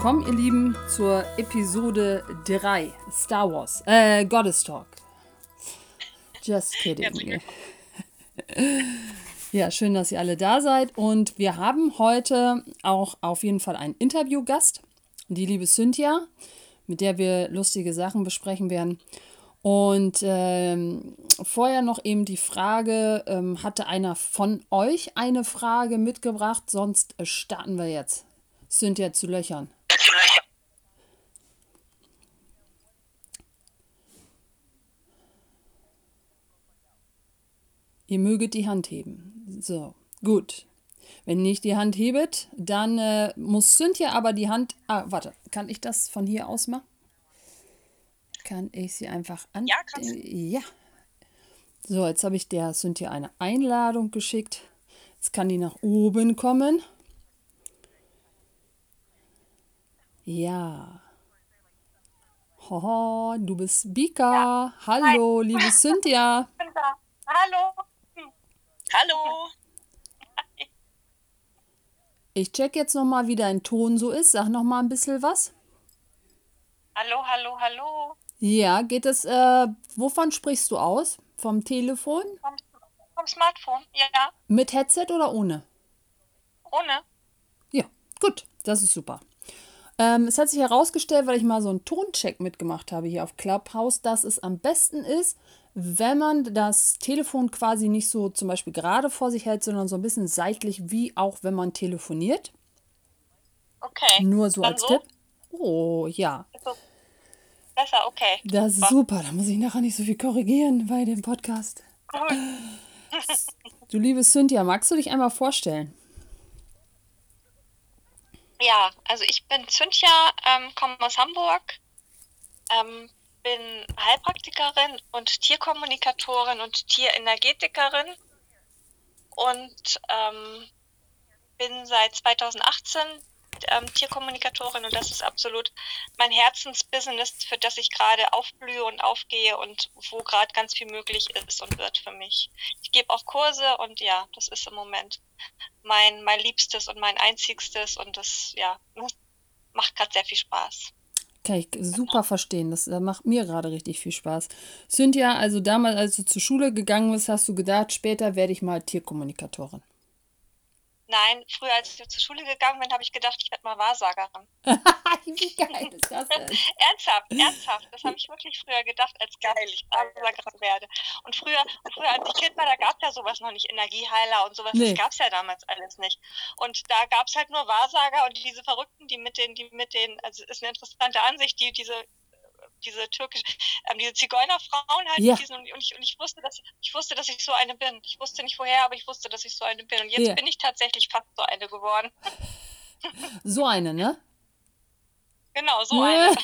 willkommen, ihr Lieben, zur Episode 3 Star Wars, Goddess Talk. Just kidding. Ja, schön, dass ihr alle da seid. Und wir haben heute auch auf jeden Fall einen Interviewgast, die liebe Cynthia, mit der wir lustige Sachen besprechen werden. Und vorher noch eben die Frage, hatte einer von euch eine Frage mitgebracht? Sonst starten wir jetzt. Cynthia zu löchern. Ihr möget die Hand heben. So, gut. Wenn nicht die Hand hebet, dann muss Cynthia aber die Hand... Ah, warte, kann ich das von hier aus machen? Kann ich sie einfach an... Ja, kannst du. Ja. So, jetzt habe ich der Cynthia eine Einladung geschickt. Jetzt kann die nach oben kommen. Ja. Hoho, du bist Bika. Ja. Hallo, liebe Cynthia. Ich bin da. Hallo. Hallo. Ich check jetzt nochmal, wie dein Ton so ist. Sag nochmal ein bisschen was. Hallo, hallo, hallo. Ja, geht es, wovon sprichst du aus? Vom Telefon? Vom Smartphone? Ja, Mit Headset oder ohne? ohne. Ja, gut, das ist super. Es hat sich herausgestellt, weil ich mal so einen Toncheck mitgemacht habe hier auf Clubhouse, dass es am besten ist, wenn man das Telefon quasi nicht so zum Beispiel gerade vor sich hält, sondern so ein bisschen seitlich, wie auch wenn man telefoniert. Okay. Nur so Dann als so? Tipp. Oh, ja. Ist so besser, okay. Das ist super. Da muss ich nachher nicht so viel korrigieren bei dem Podcast. Cool. Du liebe Cynthia, magst du dich einmal vorstellen? Ja, also ich bin Cynthia, komme aus Hamburg, bin Heilpraktikerin und Tierkommunikatorin und Tierenergetikerin und bin seit 2018 Tierkommunikatorin und das ist absolut mein Herzensbusiness, für das ich gerade aufblühe und aufgehe und wo gerade ganz viel möglich ist und wird für mich. Ich gebe auch Kurse und ja, das ist im Moment mein Liebstes und mein Einzigstes und das ja macht gerade sehr viel Spaß. Kann ich super verstehen. Das macht mir gerade richtig viel Spaß. Cynthia, also damals, als du zur Schule gegangen bist, hast du gedacht, später werde ich mal Tierkommunikatorin. Nein, früher als ich zur Schule gegangen bin, habe ich gedacht, ich werde mal Wahrsagerin. Wie geil ist das denn? Ernsthaft, das habe ich wirklich früher gedacht, als geil ich Wahrsagerin werde. Und früher als ich Kind war, da gab es ja sowas noch nicht, Energieheiler und sowas, Nee. das gab es ja damals alles nicht. Und da gab es halt nur Wahrsager und diese Verrückten, die mit den, also ist eine interessante Ansicht, diese türkische, diese Zigeunerfrauen halt Ja. mit diesen, und ich wusste, dass ich so eine bin. Ich wusste nicht woher, aber ich wusste, dass ich so eine bin. Und jetzt Ja. bin ich tatsächlich fast so eine geworden. So eine, ne? Genau, so eine.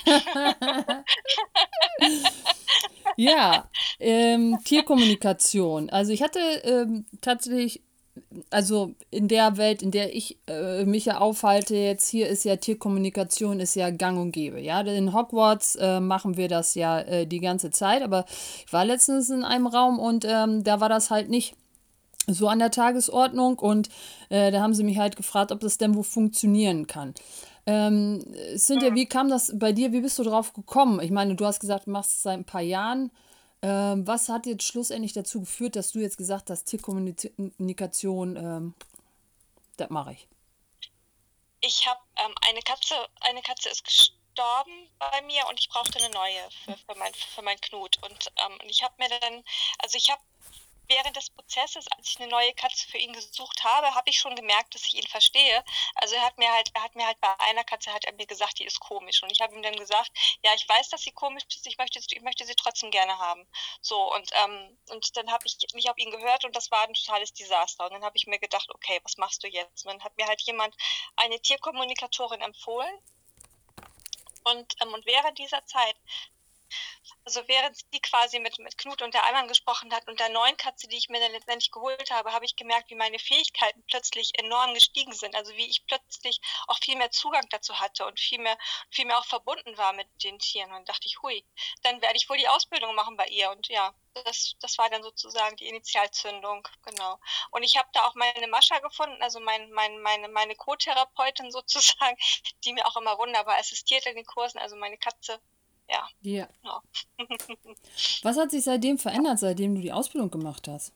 Ja, Tierkommunikation. Also ich hatte tatsächlich, also in der Welt, in der ich mich ja aufhalte, jetzt hier ist ja Tierkommunikation ist ja gang und gäbe. Ja, in Hogwarts machen wir das ja die ganze Zeit, aber ich war letztens in einem Raum und da war das halt nicht so an der Tagesordnung und da haben sie mich halt gefragt, ob das denn wo funktionieren kann. Cynthia, wie kam das bei dir? Wie bist du drauf gekommen? Ich meine, du hast gesagt, du machst es seit ein paar Jahren. Was hat jetzt schlussendlich dazu geführt, dass du jetzt gesagt hast, Tierkommunikation, das mache ich? Ich habe eine Katze ist gestorben bei mir und ich brauchte eine neue für mein Knut. Und ich habe mir dann, also ich habe während des Prozesses, als ich eine neue Katze für ihn gesucht habe, habe ich schon gemerkt, dass ich ihn verstehe. Also er hat mir halt bei einer Katze hat er mir gesagt, die ist komisch. Und ich habe ihm dann gesagt, ja, ich weiß, dass sie komisch ist, ich möchte sie trotzdem gerne haben. So, und dann habe ich nicht auf ihn gehört und das war ein totales Desaster. Und dann habe ich mir gedacht, okay, was machst du jetzt? Und dann hat mir halt jemand, eine Tierkommunikatorin empfohlen. Und während dieser Zeit Also während sie quasi mit Knut und der anderen gesprochen hat und der neuen Katze, die ich mir dann letztendlich geholt habe, habe ich gemerkt, wie meine Fähigkeiten plötzlich enorm gestiegen sind. Also wie ich plötzlich auch viel mehr Zugang dazu hatte und viel mehr auch verbunden war mit den Tieren. Und dann dachte ich, hui, dann werde ich wohl die Ausbildung machen bei ihr. Und ja, das war dann sozusagen die Initialzündung, genau. Und ich habe da auch meine Mascha gefunden, also meine Co-Therapeutin sozusagen, die mir auch immer wunderbar assistiert in den Kursen, also meine Katze. Ja, Ja. genau. Was hat sich seitdem verändert, seitdem du die Ausbildung gemacht hast?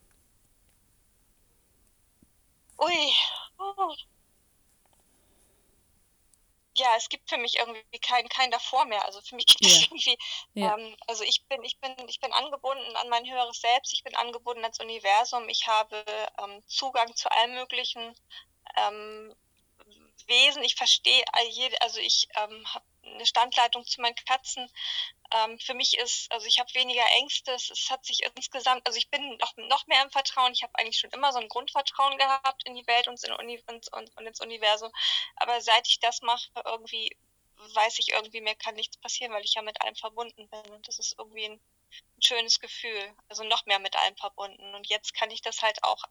Ui. Oh. Ja, es gibt für mich irgendwie kein davor mehr. Also für mich gibt es Ja, irgendwie, ja, also ich bin angebunden an mein höheres Selbst, ich bin angebunden ans Universum, ich habe Zugang zu allen möglichen ähm, Wesen, ich verstehe also ich habe eine Standleitung zu meinen Katzen. Für mich ist, also ich habe weniger Ängste, es hat sich insgesamt, also ich bin noch mehr im Vertrauen. Ich habe eigentlich schon immer so ein Grundvertrauen gehabt in die Welt und ins Universum. Aber seit ich das mache, irgendwie weiß ich irgendwie, mir kann nichts passieren, weil ich ja mit allem verbunden bin. Und das ist irgendwie ein schönes Gefühl. Also noch mehr mit allem verbunden. Und jetzt kann ich das halt auch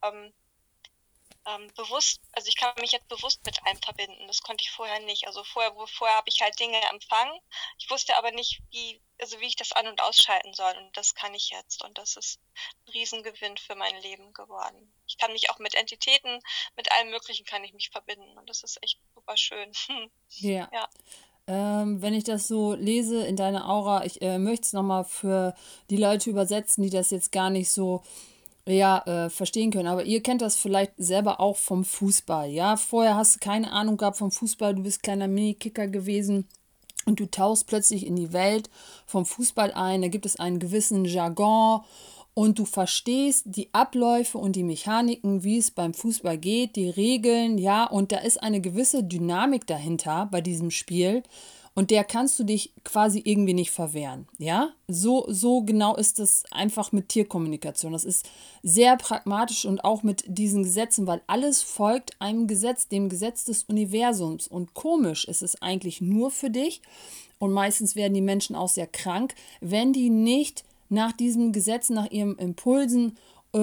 bewusst, also ich kann mich jetzt bewusst mit allem verbinden. Das konnte ich vorher nicht. Also vorher habe ich halt Dinge empfangen. Ich wusste aber nicht, wie ich das an- und ausschalten soll. Und das kann ich jetzt. Und das ist ein Riesengewinn für mein Leben geworden. Ich kann mich auch mit Entitäten, mit allem Möglichen kann ich mich verbinden. Und das ist echt super schön. ja. Ja. Wenn ich das so lese in deiner Aura, ich möchte es nochmal für die Leute übersetzen, die das jetzt gar nicht so verstehen können. Aber ihr kennt das vielleicht selber auch vom Fußball, ja? Vorher hast du keine Ahnung gehabt vom Fußball, du bist kleiner Mini-Kicker gewesen und du tauchst plötzlich in die Welt vom Fußball ein. Da gibt es einen gewissen Jargon und du verstehst die Abläufe und die Mechaniken, wie es beim Fußball geht, die Regeln, ja, und da ist eine gewisse Dynamik dahinter bei diesem Spiel. Und der kannst du dich quasi irgendwie nicht verwehren. Ja, so genau ist es einfach mit Tierkommunikation. Das ist sehr pragmatisch und auch mit diesen Gesetzen, weil alles folgt einem Gesetz, dem Gesetz des Universums. Und komisch ist es eigentlich nur für dich. Und meistens werden die Menschen auch sehr krank, wenn die nicht nach diesem Gesetz, nach ihren Impulsen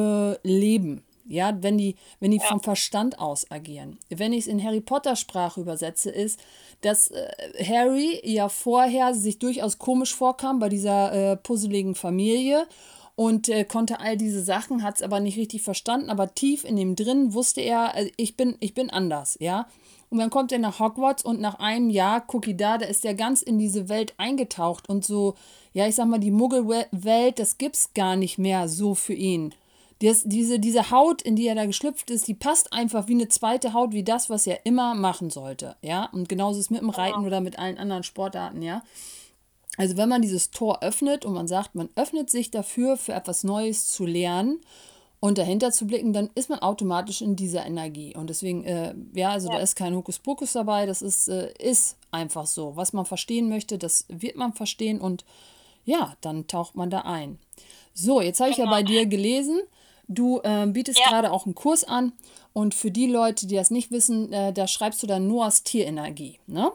leben. Ja, wenn die Ja. vom Verstand aus agieren. Wenn ich es in Harry Potter Sprache übersetze, ist, dass Harry ja vorher sich durchaus komisch vorkam bei dieser puzzeligen Familie und konnte all diese Sachen, hat es aber nicht richtig verstanden, aber tief in dem drin wusste er, ich bin anders, ja. Und dann kommt er nach Hogwarts und nach einem Jahr, Cookie da ist er ganz in diese Welt eingetaucht und so, ja, ich sag mal, die Muggelwelt, das gibt's gar nicht mehr so für ihn. Diese Haut, in die er da geschlüpft ist, die passt einfach wie eine zweite Haut, wie das, was er immer machen sollte. Ja, und genauso ist es mit dem Reiten Genau. oder mit allen anderen Sportarten. Ja, also wenn man dieses Tor öffnet und man sagt, man öffnet sich dafür, für etwas Neues zu lernen und dahinter zu blicken, dann ist man automatisch in dieser Energie. Und deswegen, ja, also da Ja. ist kein Hokuspokus dabei, das ist einfach so. Was man verstehen möchte, das wird man verstehen und ja, dann taucht man da ein. So, jetzt habe ich ja Genau. bei dir gelesen, du bietest Ja. gerade auch einen Kurs an und für die Leute, die das nicht wissen, da schreibst du dann Noahs Tierenergie, ne?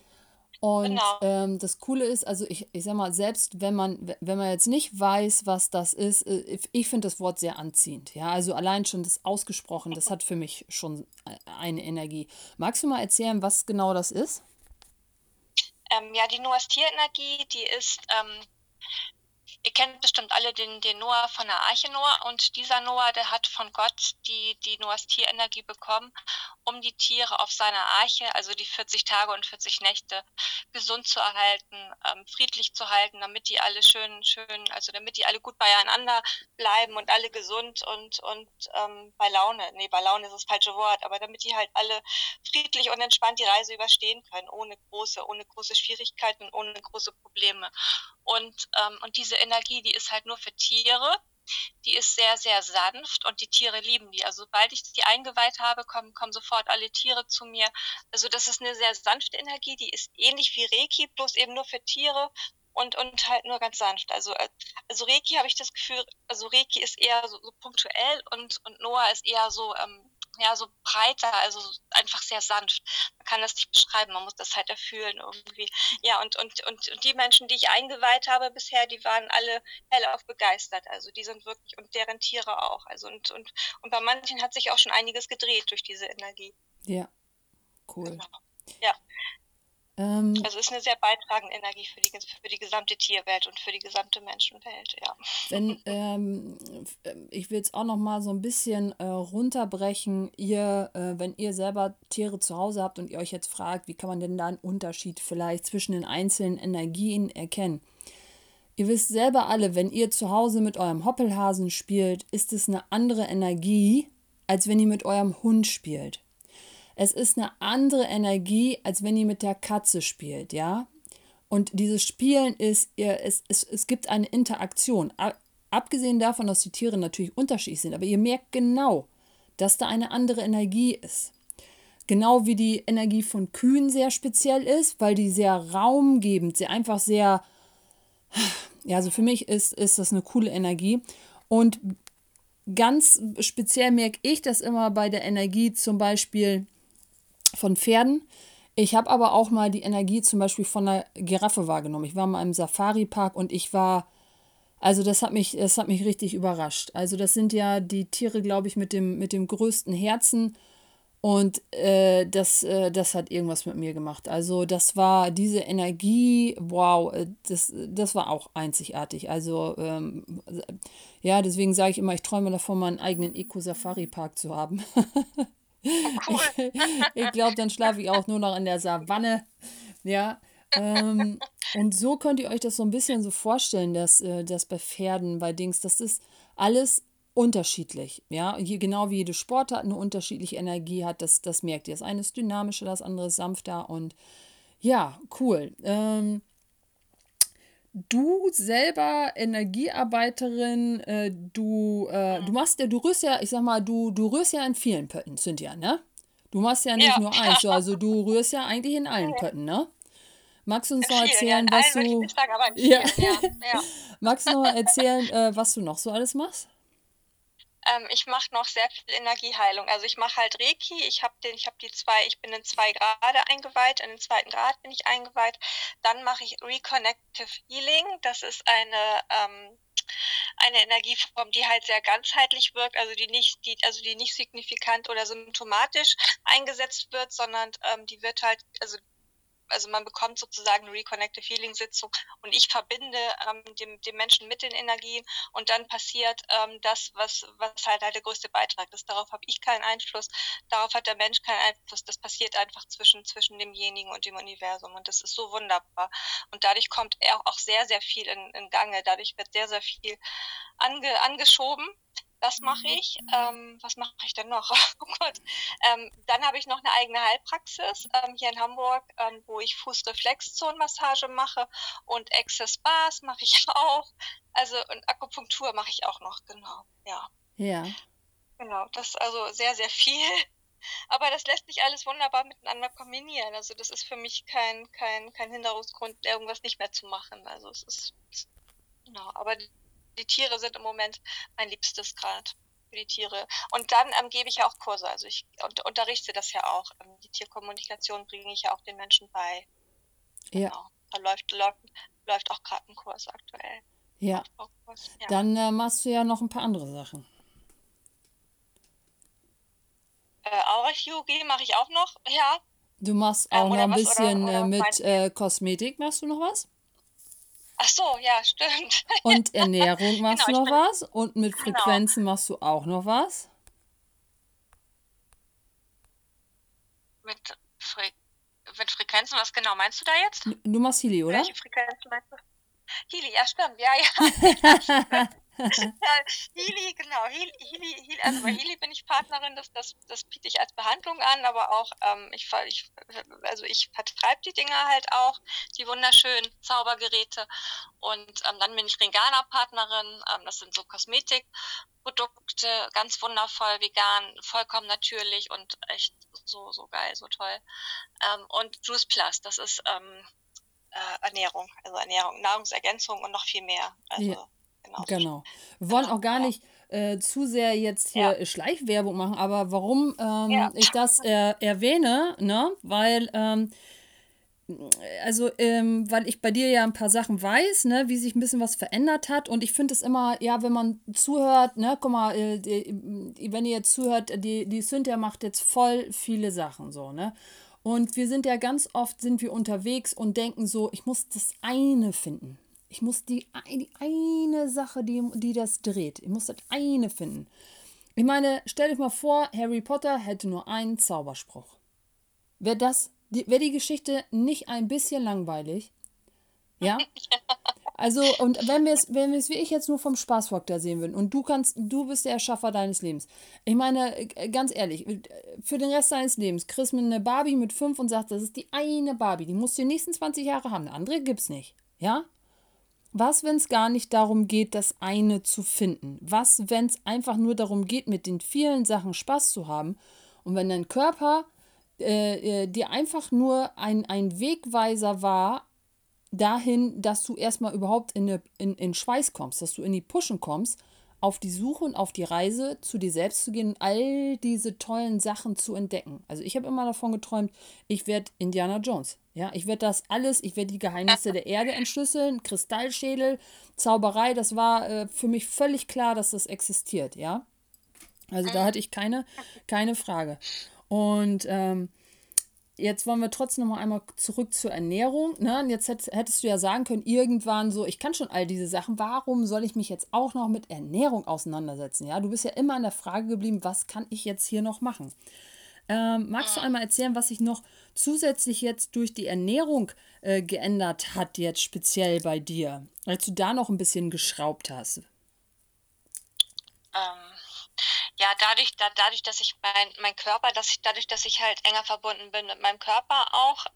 Und Genau. das Coole ist, also ich sag mal, selbst wenn man jetzt nicht weiß, was das ist, ich finde das Wort sehr anziehend. Ja, also allein schon das ausgesprochen, das hat für mich schon eine Energie. Magst du mal erzählen, was genau das ist? Ja, die Noahs Tierenergie, die ist ihr kennt bestimmt alle den Noah von der Arche Noah und dieser Noah, der hat von Gott die Noahs Tierenergie bekommen, um die Tiere auf seiner Arche, also die 40 Tage und 40 Nächte, gesund zu erhalten, friedlich zu halten, damit die alle also damit die alle gut beieinander bleiben und alle gesund und bei Laune, nee, bei Laune ist das falsche Wort, aber damit die halt alle friedlich und entspannt die Reise überstehen können, ohne große Schwierigkeiten und ohne große Probleme. Und diese Energie, die ist halt nur für Tiere. Die ist sehr, sehr sanft und die Tiere lieben die. Also sobald ich die eingeweiht habe, kommen sofort alle Tiere zu mir. Also das ist eine sehr sanfte Energie, die ist ähnlich wie Reiki, bloß eben nur für Tiere und halt nur ganz sanft. Also Reiki habe ich das Gefühl, also Reiki ist eher so punktuell und Noah ist eher so ja, so breiter, also einfach sehr sanft. Man kann das nicht beschreiben, man muss das halt erfühlen irgendwie. Ja, und die Menschen, die ich eingeweiht habe bisher, die waren alle hellauf begeistert. Also die sind wirklich, und deren Tiere auch. Also und bei manchen hat sich auch schon einiges gedreht durch diese Energie. Ja, cool. Genau. Ja, Ähm, also ist eine sehr beitragende Energie für die gesamte Tierwelt und für die gesamte Menschenwelt, ja. wenn, ich will es auch noch mal so ein bisschen runterbrechen. Wenn ihr selber Tiere zu Hause habt und ihr euch jetzt fragt, wie kann man denn da einen Unterschied vielleicht zwischen den einzelnen Energien erkennen? Ihr wisst selber alle, wenn ihr zu Hause mit eurem Hoppelhasen spielt, ist es eine andere Energie, als wenn ihr mit eurem Hund spielt. Es ist eine andere Energie, als wenn ihr mit der Katze spielt, ja? Und dieses Spielen es gibt eine Interaktion. Abgesehen davon, dass die Tiere natürlich unterschiedlich sind, aber ihr merkt genau, dass da eine andere Energie ist. Genau wie die Energie von Kühen sehr speziell ist, weil die sehr raumgebend, sehr einfach sehr, ja, also für mich ist das eine coole Energie. Und ganz speziell merke ich das immer bei der Energie zum Beispiel von Pferden. Ich habe aber auch mal die Energie zum Beispiel von einer Giraffe wahrgenommen. Ich war mal im Safari-Park und also das hat mich richtig überrascht. Also das sind ja die Tiere, glaube ich, mit dem größten Herzen und das hat irgendwas mit mir gemacht. Also das war diese Energie, wow, das war auch einzigartig. Also ja, deswegen sage ich immer, ich träume davon, mal einen eigenen Eco-Safari-Park zu haben. Oh, cool. Ich, ich glaube, dann schlafe ich auch nur noch in der Savanne. Ja. Und so könnt ihr euch das so ein bisschen so vorstellen, dass bei Pferden, bei Dings, das ist alles unterschiedlich. Ja, genau wie jede Sportart eine unterschiedliche Energie hat, das merkt ihr. Das eine ist dynamischer, das andere ist sanfter und ja, cool. Du selber Energiearbeiterin, du Mhm. machst ja, du rührst ja, ich sag mal, du rührst ja in vielen Pötten, Cynthia, ne? Du machst ja nicht Ja, nur eins, so, also du rührst ja eigentlich in allen Pötten, ne? Magst du uns in noch vielen, ja, in erzählen, was allen würde ich du, nicht sagen, aber in ja, vielen, ja, ja. magst du noch erzählen, was du noch so alles machst? Ich mache noch sehr viel Energieheilung. Also ich mache halt Reiki. Ich bin in 2 Grade eingeweiht. In den 2. Grad bin ich eingeweiht. Dann mache ich Reconnective Healing. Das ist eine Energieform, die halt sehr ganzheitlich wirkt, also die nicht signifikant oder symptomatisch eingesetzt wird, sondern die wird halt, also man bekommt sozusagen eine Reconnective Healing Sitzung und ich verbinde dem Menschen mit den Energien und dann passiert das, was halt der größte Beitrag ist. Darauf habe ich keinen Einfluss, darauf hat der Mensch keinen Einfluss. Das passiert einfach zwischen demjenigen und dem Universum und das ist so wunderbar. Und dadurch kommt auch sehr, sehr viel in Gange. Dadurch wird sehr, sehr viel angeschoben. Das mache ich. Was mache ich denn noch? Oh Gott. Dann habe ich noch eine eigene Heilpraxis hier in Hamburg, wo ich Fußreflexzonenmassage mache und Access Bars mache ich auch. Also und Akupunktur mache ich auch noch, genau. Ja, Ja, genau. Das ist also sehr, sehr viel. Aber das lässt sich alles wunderbar miteinander kombinieren. Also das ist für mich kein Hinderungsgrund, irgendwas nicht mehr zu machen. Also genau. Aber die Tiere sind im Moment mein liebstes gerade für die Tiere. Und dann gebe ich ja auch Kurse. Also ich unterrichte das ja auch. Die Tierkommunikation bringe ich ja auch den Menschen bei. ja, Genau. Da läuft auch gerade ein Kurs aktuell. ja. Aufbaukurs. Ja. Dann machst du ja noch ein paar andere Sachen. Aura-Chirurgie mache ich auch noch, ja. Du machst auch noch Oder ein bisschen was mit meinst du jetzt? Kosmetik, machst du noch was? Ach so, ja, stimmt. Und Ernährung Genau, machst du ich noch bin, was? Und mit genau, Frequenzen machst du auch noch was? mit, Fre mit Frequenzen, was genau meinst du da jetzt? Du machst Heli, oder? Welche Frequenzen meinst du? Healy, ja, stimmt, ja, ja, ja, stimmt. Ja, Healy, genau, also bei Healy bin ich Partnerin, das biete ich als Behandlung an, aber auch, ich vertreibe die Dinger halt auch, die wunderschönen Zaubergeräte. Und dann bin ich Ringana-Partnerin, das sind so Kosmetikprodukte, ganz wundervoll, vegan, vollkommen natürlich und echt so geil, so toll. Und Juice Plus, das ist Ernährung, Nahrungsergänzung und noch viel mehr. Ja, Also genau, genau. Wir wollen genau, auch gar ja. nicht zu sehr jetzt Ja, hier Schleichwerbung machen, aber warum ja. ich das erwähne, ne? Weil weil ich bei dir ja ein paar Sachen weiß, ne, wie sich ein bisschen was verändert hat. Und ich finde es immer, ja, wenn man zuhört, ne, guck mal, wenn ihr jetzt zuhört, die Cynthia macht jetzt voll viele Sachen so, ne? Und wir sind ja ganz oft, sind wir unterwegs und denken so, ich muss das eine finden. Ich muss die eine Sache, die das dreht. Ich muss das eine finden. Ich meine, stell dich mal vor, Harry Potter hätte nur einen Zauberspruch. Wäre die Geschichte nicht ein bisschen langweilig? Ja? Also, und wenn wir es wie ich jetzt nur vom Spaßfaktor sehen würden und du bist der Erschaffer deines Lebens. Ich meine, ganz ehrlich, für den Rest deines Lebens kriegst du eine Barbie mit 5 und sagst, das ist die eine Barbie, die musst du die nächsten 20 Jahre haben. Eine andere gibt's nicht. Ja? Was, wenn es gar nicht darum geht, das eine zu finden? Was, wenn es einfach nur darum geht, mit den vielen Sachen Spaß zu haben? Und wenn dein Körper dir einfach nur ein Wegweiser war, dahin, dass du erstmal überhaupt in Schweiß kommst, dass du in die Pushen kommst, auf die Suche und auf die Reise zu dir selbst zu gehen und all diese tollen Sachen zu entdecken. Also ich habe immer davon geträumt, ich werde Indiana Jones. Ja, ich werde das alles, ich werde die Geheimnisse der Erde entschlüsseln, Kristallschädel, Zauberei, das war für mich völlig klar, dass das existiert, ja. Also da hatte ich keine Frage. Und jetzt wollen wir trotzdem noch mal einmal zurück zur Ernährung. Ne? Und jetzt hättest du ja sagen können, irgendwann so, ich kann schon all diese Sachen, warum soll ich mich jetzt auch noch mit Ernährung auseinandersetzen? Ja, du bist ja immer an der Frage geblieben, was kann ich jetzt hier noch machen? Magst du Mhm. einmal erzählen, was sich noch zusätzlich jetzt durch die Ernährung geändert hat, jetzt speziell bei dir, als du da noch ein bisschen geschraubt hast? Ähm, ja, dadurch, dass ich mein Körper, dadurch, dass ich halt enger verbunden bin mit meinem Körper auch,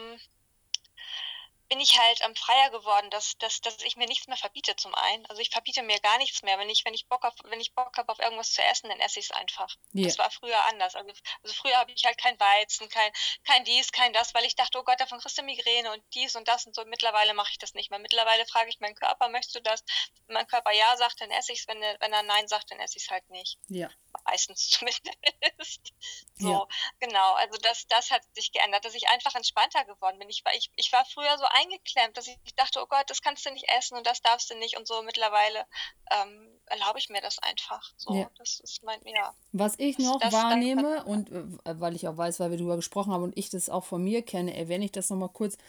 bin ich halt freier geworden, dass ich mir nichts mehr verbiete zum einen. Also ich verbiete mir gar nichts mehr. Wenn ich Bock habe auf irgendwas zu essen, dann esse ich es einfach. Ja, Das war früher anders. Also früher habe ich halt kein Weizen, kein dies, kein das, weil ich dachte, oh Gott, davon kriegst du Migräne und dies und das und so. Mittlerweile mache ich das nicht mehr. Mittlerweile frage ich meinen Körper, möchtest du das? Wenn mein Körper ja sagt, dann esse ich es. Wenn er nein sagt, dann esse ich es halt nicht. ja, Meistens zumindest. ja. So, genau. Also das hat sich geändert, dass ich einfach entspannter geworden bin. Ich war früher so eingeklemmt, dass ich dachte, oh Gott, das kannst du nicht essen und das darfst du nicht und so. Mittlerweile erlaube ich mir das einfach. Ja. So, das ist ja, Was ich noch das hat wahrnehme und weil ich auch weiß, weil wir darüber gesprochen haben und ich das auch von mir kenne, erwähne ich das nochmal kurz,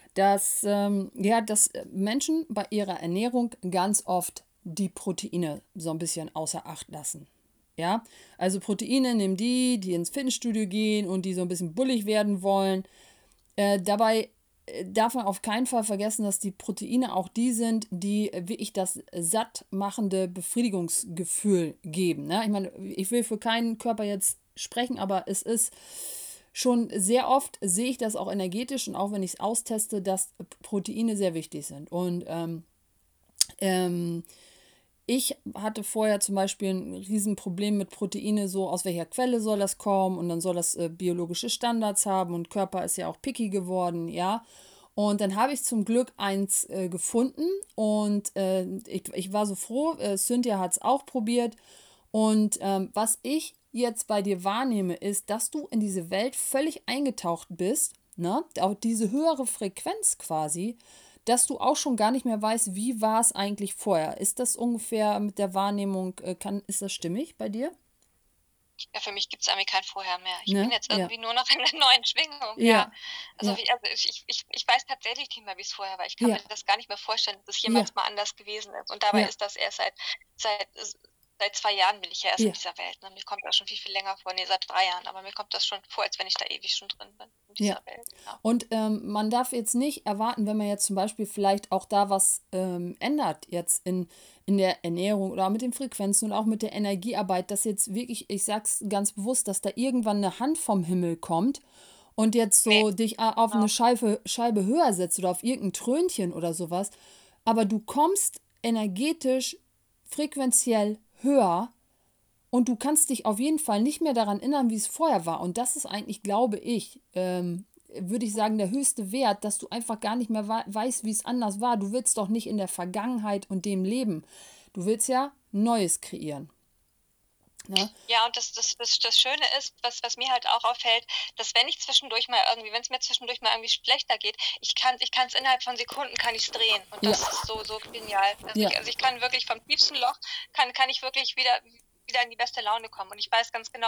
dass Menschen bei ihrer Ernährung ganz oft die Proteine so ein bisschen außer Acht lassen. Ja, also Proteine nehmen die ins Fitnessstudio gehen und die so ein bisschen bullig werden wollen. Dabei darf man auf keinen Fall vergessen, dass die Proteine auch die sind, die wirklich das sattmachende Befriedigungsgefühl geben. Ne? Ich meine, ich will für keinen Körper jetzt sprechen, aber es ist schon sehr oft, sehe ich das auch energetisch und auch wenn ich es austeste, dass Proteine sehr wichtig sind. Und ähm, ich hatte vorher zum Beispiel ein Riesenproblem mit Proteine, so aus welcher Quelle soll das kommen und dann soll das biologische Standards haben und Körper ist ja auch picky geworden, ja. Und dann habe ich zum Glück eins gefunden und ich war so froh, Cynthia hat es auch probiert und was ich jetzt bei dir wahrnehme, ist, dass du in diese Welt völlig eingetaucht bist, ne? Auch diese höhere Frequenz quasi, dass du auch schon gar nicht mehr weißt, wie war es eigentlich vorher. Ist das ungefähr mit der Wahrnehmung, ist das stimmig bei dir? ja, für mich gibt's irgendwie kein Vorher mehr. Ich bin Ne? jetzt Ja. irgendwie nur noch in der neuen Schwingung, ja. Ja. Also, Ja. ich weiß tatsächlich nicht mehr, wie es vorher war. Ich kann Ja. mir das gar nicht mehr vorstellen, dass es Ja. jemals mal anders gewesen ist. Und dabei Ja. ist das erst seit seit 2 Jahren bin ich ja erst in Ja. dieser Welt, ne? Mir kommt das schon viel, viel länger vor. Ne, seit 3 Jahren, aber mir kommt das schon vor, als wenn ich da ewig schon drin bin in Ja. dieser Welt, ja. Und man darf jetzt nicht erwarten, wenn man jetzt zum Beispiel vielleicht auch da was ändert, jetzt in der Ernährung oder auch mit den Frequenzen und auch mit der Energiearbeit, dass jetzt wirklich, ich sag's ganz bewusst, dass da irgendwann eine Hand vom Himmel kommt und jetzt Ne, so dich auf eine genau. Scheibe höher setzt oder auf irgendein Trönchen oder sowas. Aber du kommst energetisch, frequenziell höher und du kannst dich auf jeden Fall nicht mehr daran erinnern, wie es vorher war. Und das ist eigentlich, glaube ich, würde ich sagen, der höchste Wert, dass du einfach gar nicht mehr weißt, wie es anders war. Du willst doch nicht in der Vergangenheit und dem leben. Du willst ja Neues kreieren. Ne? Ja, und das Schöne ist, was mir halt auch auffällt, dass wenn ich zwischendurch mal irgendwie, wenn es mir zwischendurch mal irgendwie schlechter geht, ich kann es innerhalb von Sekunden kann ich's drehen. Und Ja, das ist so genial. ja. Also ich kann wirklich vom tiefsten Loch kann ich wirklich wieder in die beste Laune kommen. Und ich weiß ganz genau,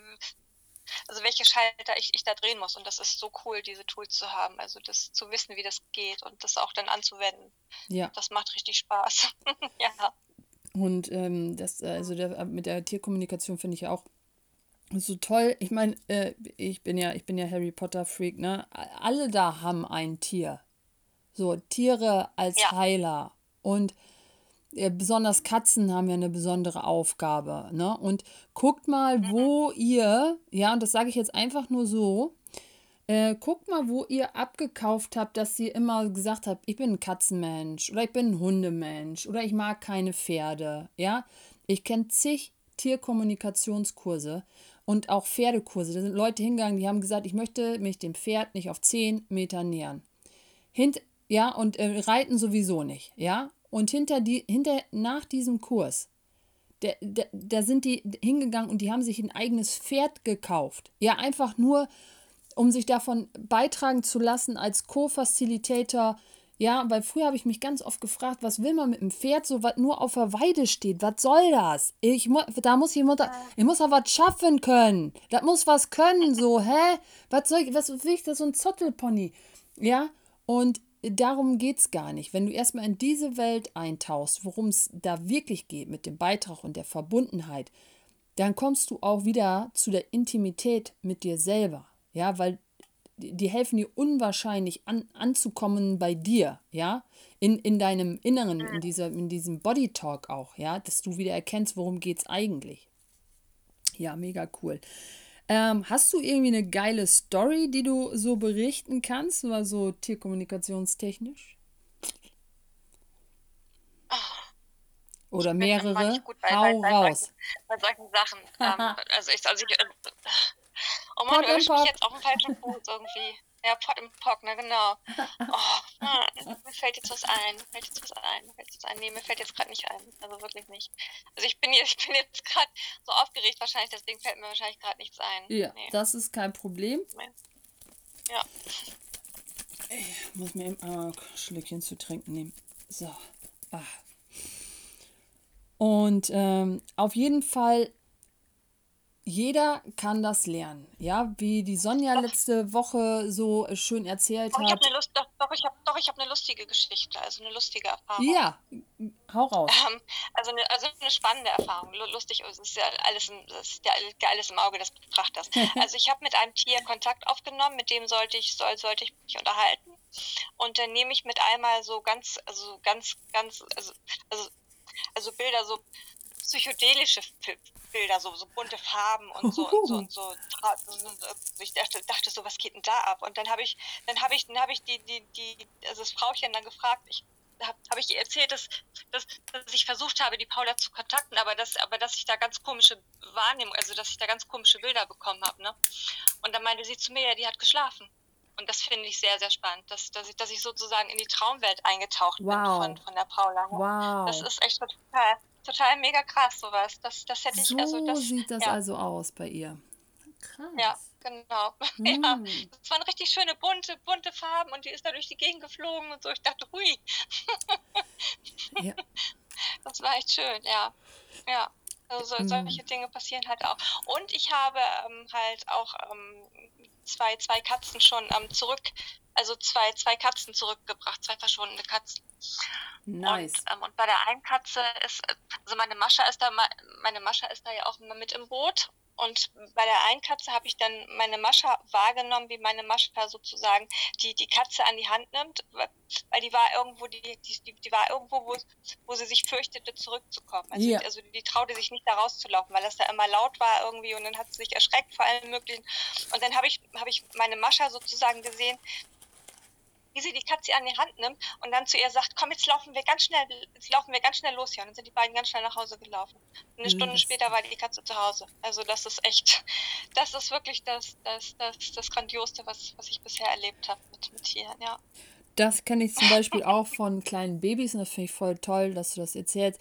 welche Schalter ich da drehen muss. Und das ist so cool, diese Tools zu haben. Also das zu wissen, wie das geht und das auch dann anzuwenden. Ja. Das macht richtig Spaß. Ja. Und also mit der Tierkommunikation finde ich ja auch so toll. Ich meine, ich bin ja Harry Potter Freak, ne? Alle da haben ein Tier. So, Tiere als Ja. Heiler. Und besonders Katzen haben ja eine besondere Aufgabe, ne? Und guckt mal, Mhm. wo ihr, ja, und das sage ich jetzt einfach nur so, guckt mal, wo ihr abgekauft habt, dass ihr immer gesagt habt, ich bin ein Katzenmensch oder ich bin ein Hundemensch oder ich mag keine Pferde, ja? Ich kenne zig Tierkommunikationskurse und auch Pferdekurse. Da sind Leute hingegangen, die haben gesagt, ich möchte mich dem Pferd nicht auf 10 Meter nähern. Ja, und reiten sowieso nicht, ja? Und nach diesem Kurs, da sind die hingegangen und die haben sich ein eigenes Pferd gekauft. Ja, einfach nur, um sich davon beitragen zu lassen als Co-Facilitator. Ja, weil früher habe ich mich ganz oft gefragt, was will man mit einem Pferd, so was nur auf der Weide steht? Was soll das? Ich muss ja was schaffen können. Das muss was können, so, hä? Was will ich da, so ein Zottelpony? Ja, und darum geht es gar nicht. Wenn du erstmal in diese Welt eintauchst, worum es da wirklich geht mit dem Beitrag und der Verbundenheit, dann kommst du auch wieder zu der Intimität mit dir selber. Ja, weil die helfen dir unwahrscheinlich anzukommen bei dir, ja, in deinem Inneren, in diesem Body Talk auch, ja, dass du wieder erkennst, worum geht's eigentlich. Ja, mega cool. Hast du irgendwie eine geile Story, die du so berichten kannst, oder so tierkommunikationstechnisch? Oder Ich bin immer mehrere? nicht gut Hau raus. bei solchen Sachen. Oh Mann, du Pot im erwischst mich Pock. jetzt auf dem falschen Fuß irgendwie. Ja, Pot im Pock, ne, genau. Oh, Mann, mir fällt jetzt was ein. Mir fällt jetzt was ein. Mir fällt jetzt was ein. Nee, mir fällt jetzt gerade nicht ein. Also wirklich nicht. Also ich bin jetzt gerade so aufgeregt wahrscheinlich, deswegen fällt mir wahrscheinlich gerade nichts ein. Ja, Nee, das ist kein Problem. nee. Ja. Ich muss mir eben ein Schlückchen zu trinken nehmen. So. Ah. Und auf jeden Fall, jeder kann das lernen. Ja, wie die Sonja Doch, letzte Woche so schön erzählt doch, ich habe hat. eine ich habe eine lustige Geschichte, also eine lustige Erfahrung. Ja, hau raus. Also eine spannende Erfahrung. Lustig, es ist ja es ist ja alles im Auge des Betrachters. Also ich habe mit einem Tier Kontakt aufgenommen, mit dem sollte ich mich unterhalten. Und dann nehme ich mit einmal so also, also Bilder, so psychedelische Bilder, so bunte Farben und Uhuhu. ich dachte so, was geht denn da ab? Und dann habe ich also das Frauchen dann gefragt, habe ich ihr erzählt, dass ich versucht habe, die Paula zu kontakten, aber dass ich da ganz komische Wahrnehmung, also dass ich da ganz komische Bilder bekommen habe, ne? Und dann meinte sie zu mir, ja, die hat geschlafen. Und das finde ich sehr, sehr spannend, dass ich sozusagen in die Traumwelt eingetaucht bin Wow. von der Paula. Ne? Das Wow. ist echt total mega krass, sowas. Das hätte ich, also So das, sieht das ja, also aus bei ihr. ja, Krass. genau. Ja, Hm. das waren richtig schöne bunte Farben und die ist da durch die Gegend geflogen und so. Ich dachte, hui, Ja. das war echt schön, ja. Ja. Also Hm. solche Dinge passieren halt auch. Und ich habe halt auch zwei Katzen schon also zwei Katzen zurückgebracht, zwei verschwundene Katzen. Nice. Und bei der einen Katze also meine Mascha ist da ja auch immer mit im Boot. Und bei der einen Katze habe ich dann meine Mascha wahrgenommen, wie meine Mascha sozusagen die Katze an die Hand nimmt, weil die war irgendwo, die war irgendwo, wo sie sich fürchtete, zurückzukommen. Ja. Also die traute sich nicht da rauszulaufen, weil das da immer laut war irgendwie und dann hat sie sich erschreckt vor allem möglichen. Und dann habe ich meine Mascha sozusagen gesehen, wie sie die Katze an die Hand nimmt und dann zu ihr sagt, komm, jetzt laufen wir ganz schnell los hier. Und dann sind die beiden ganz schnell nach Hause gelaufen. Und eine Stunde Das, später war die Katze zu Hause. Also das ist wirklich das Grandioseste, was ich bisher erlebt habe mit Tieren, ja. das kenne ich zum Beispiel auch von kleinen Babys und das finde ich voll toll, dass du das erzählst.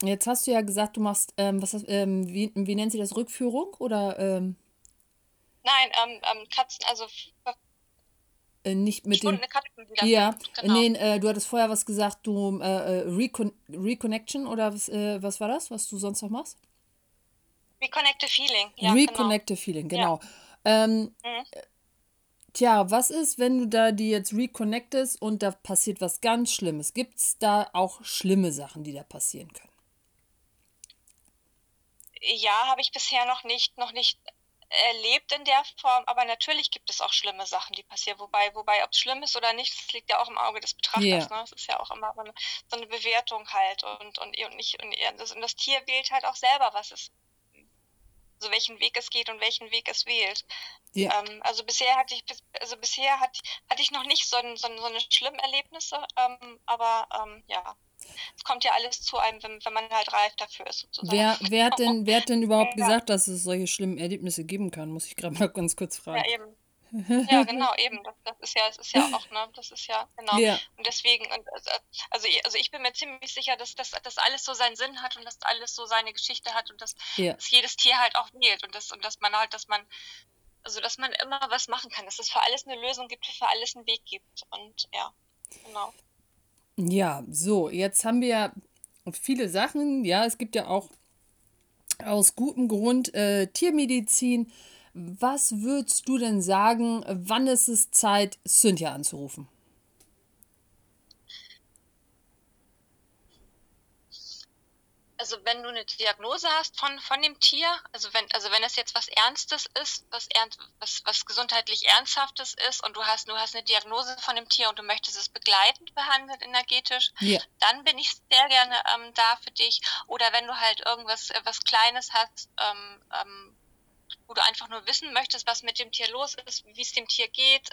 Jetzt hast du ja gesagt, du machst, wie nennt sie das, Rückführung oder Nein, Katzen, also nicht mit den, verschwundene Katzen ja, wiederfinden, genau. nee, du hattest vorher was gesagt, du, Reconnection oder was war das, was du sonst noch machst? Reconnect the Feeling, ja, genau. Reconnective Feeling, Ja. genau. Ähm, Mhm. Tja, was ist, wenn du da die jetzt reconnectest und da passiert was ganz Schlimmes? Gibt es da auch schlimme Sachen, die da passieren können? Ja, habe ich bisher noch nicht erlebt in der Form, aber natürlich gibt es auch schlimme Sachen, die passieren. Wobei, ob es schlimm ist oder nicht, das liegt ja auch im Auge des Betrachters, Ja, ne? Das ist ja auch immer so eine Bewertung halt und das Tier wählt halt auch selber, so welchen Weg es geht und welchen Weg es wählt. ja. Hatte ich noch nicht so eine schlimmen Erlebnisse, aber ja, es kommt ja alles zu einem, wenn man halt reif dafür ist, sozusagen. Wer hat denn überhaupt Ja, gesagt, dass es solche schlimmen Erlebnisse geben kann? Muss ich gerade mal ganz kurz ja, fragen. eben. Ja, genau, eben. Das ist ja auch, ne? Das ist ja, genau. Ja, Und deswegen, also ich bin mir ziemlich sicher, dass alles so seinen Sinn hat und dass alles so seine Geschichte hat und ja. dass jedes Tier halt auch wählt und dass man halt, dass man immer was machen kann, dass es für alles eine Lösung gibt, für alles einen Weg gibt. Und ja, genau. Ja, so, jetzt haben wir ja viele Sachen. Ja, es gibt ja auch aus gutem Grund Tiermedizin. Was würdest du denn sagen, wann ist es Zeit, Cynthia anzurufen? Also wenn du eine Diagnose hast von dem Tier, also wenn es jetzt was Ernstes ist, was gesundheitlich Ernsthaftes ist und du hast eine Diagnose von dem Tier und du möchtest es begleitend behandeln energetisch, Ja, dann bin ich sehr gerne da für dich. Oder wenn du halt irgendwas was Kleines hast, wo du einfach nur wissen möchtest, was mit dem Tier los ist, wie es dem Tier geht,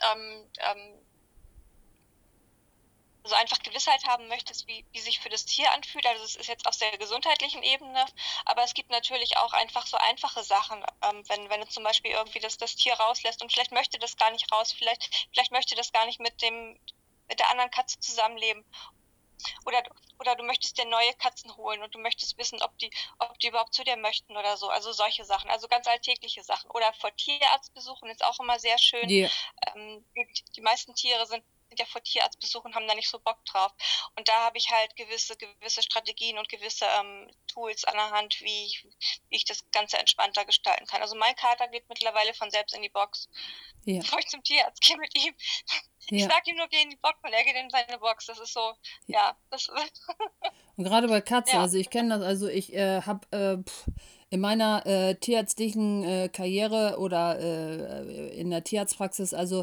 also einfach Gewissheit haben möchtest, wie sich für das Tier anfühlt. Also es ist jetzt auf der gesundheitlichen Ebene, aber es gibt natürlich auch einfach so einfache Sachen, wenn du zum Beispiel irgendwie das Tier rauslässt und vielleicht möchte das gar nicht raus, vielleicht möchte das gar nicht mit der anderen Katze zusammenleben. Oder, oder du möchtest dir neue Katzen holen und du möchtest wissen, ob die überhaupt zu dir möchten oder so. Also solche Sachen, also ganz alltägliche Sachen. Oder vor Tierarztbesuchen ist auch immer sehr schön. ja, Die meisten Tiere sind ja vor Tierarztbesuchen, haben da nicht so Bock drauf. Und da habe ich halt gewisse Strategien und gewisse Tools an der Hand, wie ich das Ganze entspannter gestalten kann. Also mein Kater geht mittlerweile von selbst in die Box, ja, bevor ich zum Tierarzt gehe mit ihm. Ich ja. sage ihm nur, geh in die Box und er geht in seine Box. Das ist so, ja, Und gerade bei Katzen, ja, also ich kenne das, also ich habe in meiner tierärztlichen Karriere oder in der Tierarztpraxis, also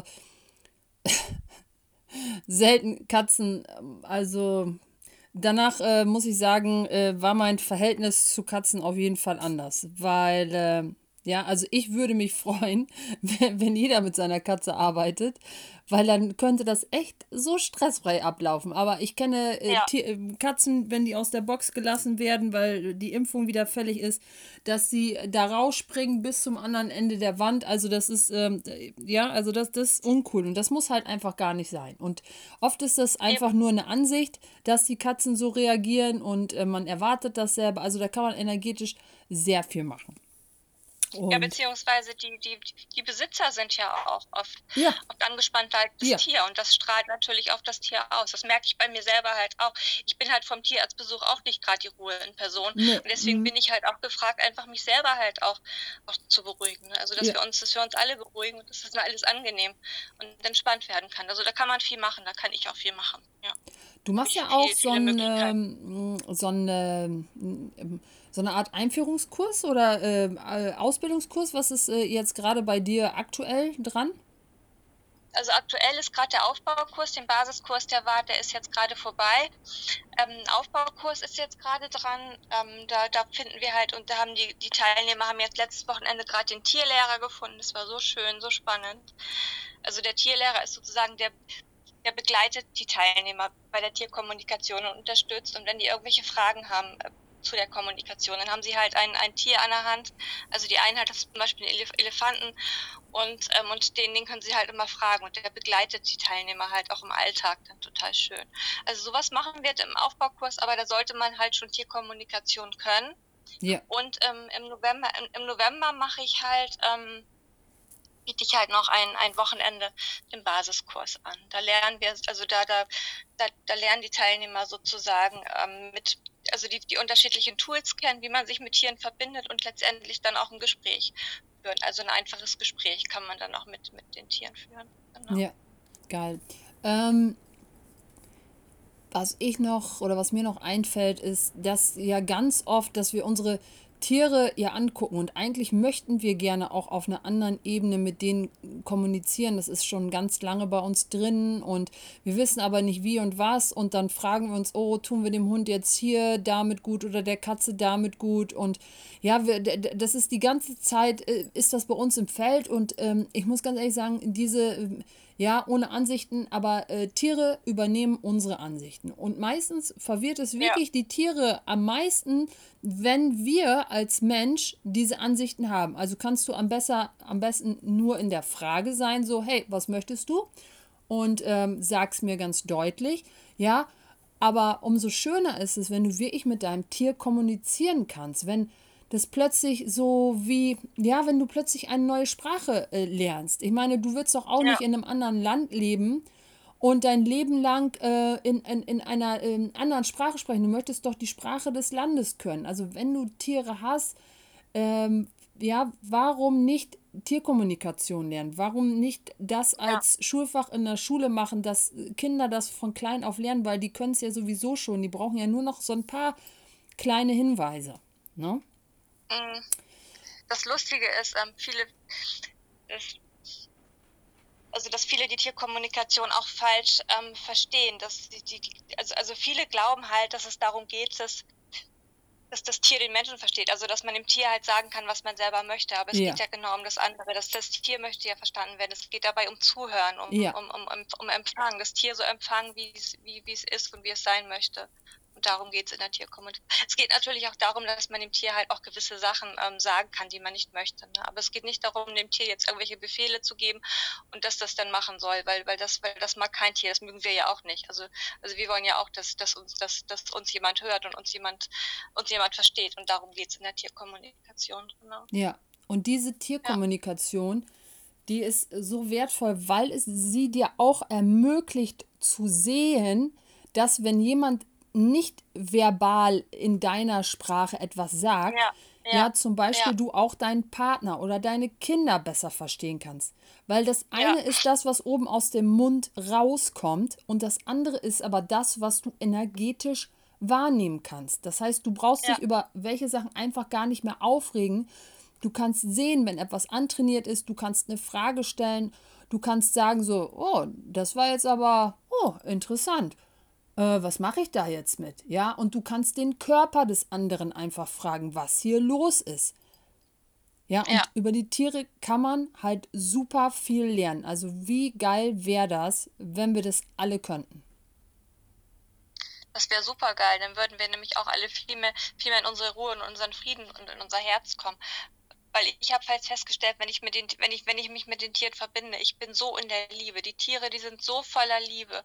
selten Katzen, also danach muss ich sagen, war mein Verhältnis zu Katzen auf jeden Fall anders, weil ja, also ich würde mich freuen, wenn jeder mit seiner Katze arbeitet, weil dann könnte das echt so stressfrei ablaufen. Aber ich kenne ja, Katzen, wenn die aus der Box gelassen werden, weil die Impfung wieder fällig ist, dass sie da rausspringen bis zum anderen Ende der Wand. Also das ist, ja, also das ist uncool und das muss halt einfach gar nicht sein. Und oft ist das einfach eben. nur eine Ansicht, dass die Katzen so reagieren und man erwartet das selber. Also da kann man energetisch sehr viel machen. Ja, Und beziehungsweise die Besitzer sind ja auch ja, oft angespannter als das ja, Tier und das strahlt natürlich auf das Tier aus. Das merke ich bei mir selber halt auch. Ich bin halt vom Tierarztbesuch auch nicht gerade die Ruhe in Person ne, und deswegen bin ich halt auch gefragt, einfach mich selber halt auch zu beruhigen. Ne? Also ja. dass wir uns alle beruhigen und dass das alles angenehm und entspannt werden kann. Also da kann man viel machen, da kann ich auch viel machen. Ja, Du habe machst ich ja auch viele Möglichkeiten. so eine Art Einführungskurs oder Ausbildungskurs. Was ist jetzt gerade bei dir aktuell dran? Also aktuell ist gerade der Aufbaukurs, den Basiskurs, der ist jetzt gerade vorbei. Aufbaukurs ist jetzt gerade dran. Da finden wir halt, und da haben die Teilnehmer haben jetzt letztes Wochenende gerade den Tierlehrer gefunden. Das war so schön, so spannend. Also der Tierlehrer ist sozusagen der begleitet die Teilnehmer bei der Tierkommunikation und unterstützt. Und wenn die irgendwelche Fragen haben, zu der Kommunikation. Dann haben sie halt ein Tier an der Hand. Also die Einheit ist zum Beispiel ein Elefanten und den können sie halt immer fragen und der begleitet die Teilnehmer halt auch im Alltag dann total schön. Also sowas machen wir im Aufbaukurs, aber da sollte man halt schon Tierkommunikation können. Ja. Und im November mache ich halt biete ich halt noch ein Wochenende den Basiskurs an. Da lernen wir, also da lernen die Teilnehmer sozusagen also die unterschiedlichen Tools kennen, wie man sich mit Tieren verbindet und letztendlich dann auch ein Gespräch führen. Also ein einfaches Gespräch kann man dann auch mit den Tieren führen. Genau. Ja, geil. Was mir noch einfällt, ist, dass ja ganz oft, dass wir unsere Tiere ja angucken und eigentlich möchten wir gerne auch auf einer anderen Ebene mit denen kommunizieren. Das ist schon ganz lange bei uns drin und wir wissen aber nicht wie und was und dann fragen wir uns, oh, tun wir dem Hund jetzt hier damit gut oder der Katze damit gut und ja, das ist die ganze Zeit, ist das bei uns im Feld und ich muss ganz ehrlich sagen, ja, ohne Ansichten, aber Tiere übernehmen unsere Ansichten. Und meistens verwirrt es wirklich die Tiere am meisten, wenn wir als Mensch diese Ansichten haben. Also kannst du am besten nur in der Frage sein, so, hey, was möchtest du? Und sag's mir ganz deutlich. Ja, aber umso schöner ist es, wenn du wirklich mit deinem Tier kommunizieren kannst, wenn das plötzlich so wie, ja, wenn du plötzlich eine neue Sprache lernst. Ich meine, du willst doch auch nicht in einem anderen Land leben und dein Leben lang in einer anderen Sprache sprechen. Du möchtest doch die Sprache des Landes können. Also wenn du Tiere hast, ja, warum nicht Tierkommunikation lernen? Warum nicht das als Schulfach in der Schule machen, dass Kinder das von klein auf lernen, weil die können es ja sowieso schon. Die brauchen ja nur noch so ein paar kleine Hinweise. Ne? Das Lustige ist, dass viele die Tierkommunikation auch falsch verstehen. Dass also viele glauben halt, dass es darum geht, dass das Tier den Menschen versteht. Also dass man dem Tier halt sagen kann, was man selber möchte. Aber es geht ja genau um das andere. Das Tier möchte ja verstanden werden. Es geht dabei um Zuhören, um Empfangen. Das Tier so empfangen, wie es ist und wie es sein möchte. Und darum geht es in der Tierkommunikation. Es geht natürlich auch darum, dass man dem Tier halt auch gewisse Sachen sagen kann, die man nicht möchte. Ne? Aber es geht nicht darum, dem Tier jetzt irgendwelche Befehle zu geben und dass das dann machen soll, weil das mag kein Tier, das mögen wir ja auch nicht. Also wir wollen ja auch, dass uns jemand hört und uns jemand versteht. Und darum geht es in der Tierkommunikation. Genau. Ja, und diese Tierkommunikation, die ist so wertvoll, weil es sie dir auch ermöglicht zu sehen, dass wenn jemand nicht verbal in deiner Sprache etwas sagt, ja, zum Beispiel du auch deinen Partner oder deine Kinder besser verstehen kannst. Weil das eine ist das, was oben aus dem Mund rauskommt und das andere ist aber das, was du energetisch wahrnehmen kannst. Das heißt, du brauchst dich über welche Sachen einfach gar nicht mehr aufregen. Du kannst sehen, wenn etwas antrainiert ist, du kannst eine Frage stellen, du kannst sagen so, oh, das war jetzt aber, oh, interessant. Was mache ich da jetzt mit? Ja, und du kannst den Körper des anderen einfach fragen, was hier los ist. Ja, und über die Tiere kann man halt super viel lernen. Also wie geil wäre das, wenn wir das alle könnten? Das wäre super geil. Dann würden wir nämlich auch alle viel mehr in unsere Ruhe und unseren Frieden und in unser Herz kommen. Weil ich habe halt festgestellt, wenn ich mich mit den Tieren verbinde, ich bin so in der Liebe. Die Tiere, die sind so voller Liebe.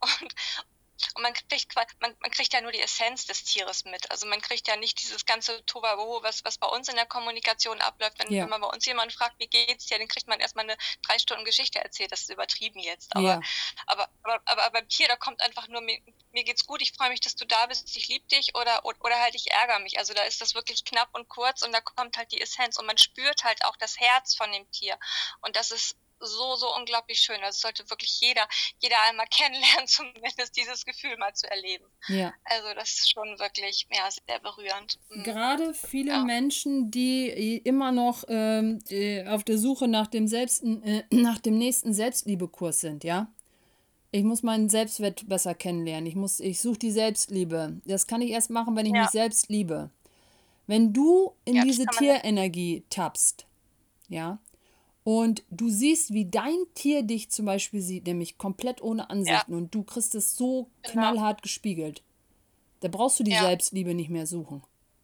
Und man kriegt ja nur die Essenz des Tieres mit. Also man kriegt ja nicht dieses ganze Tohuwabohu, was bei uns in der Kommunikation abläuft. Wenn man bei uns jemanden fragt, wie geht's dir, dann kriegt man erstmal eine 3 Stunden Geschichte erzählt. Das ist übertrieben jetzt. Aber beim Tier, da kommt einfach nur, mir geht's gut, ich freue mich, dass du da bist, ich liebe dich oder halt ich ärgere mich. Also da ist das wirklich knapp und kurz und da kommt halt die Essenz und man spürt halt auch das Herz von dem Tier. Und das ist so unglaublich schön. Also sollte wirklich jeder einmal kennenlernen, zumindest dieses Gefühl mal zu erleben. Ja. Also das ist schon wirklich sehr berührend. Gerade viele Menschen, die immer noch auf der Suche nach dem nächsten Selbstliebekurs sind, ja. Ich muss meinen Selbstwert besser kennenlernen. Ich suche die Selbstliebe. Das kann ich erst machen, wenn ich mich selbst liebe. Wenn du in diese Tierenergie tappst, ja, und du siehst, wie dein Tier dich zum Beispiel sieht, nämlich komplett ohne Ansichten und du kriegst es so knallhart gespiegelt. Da brauchst du die Selbstliebe nicht mehr suchen.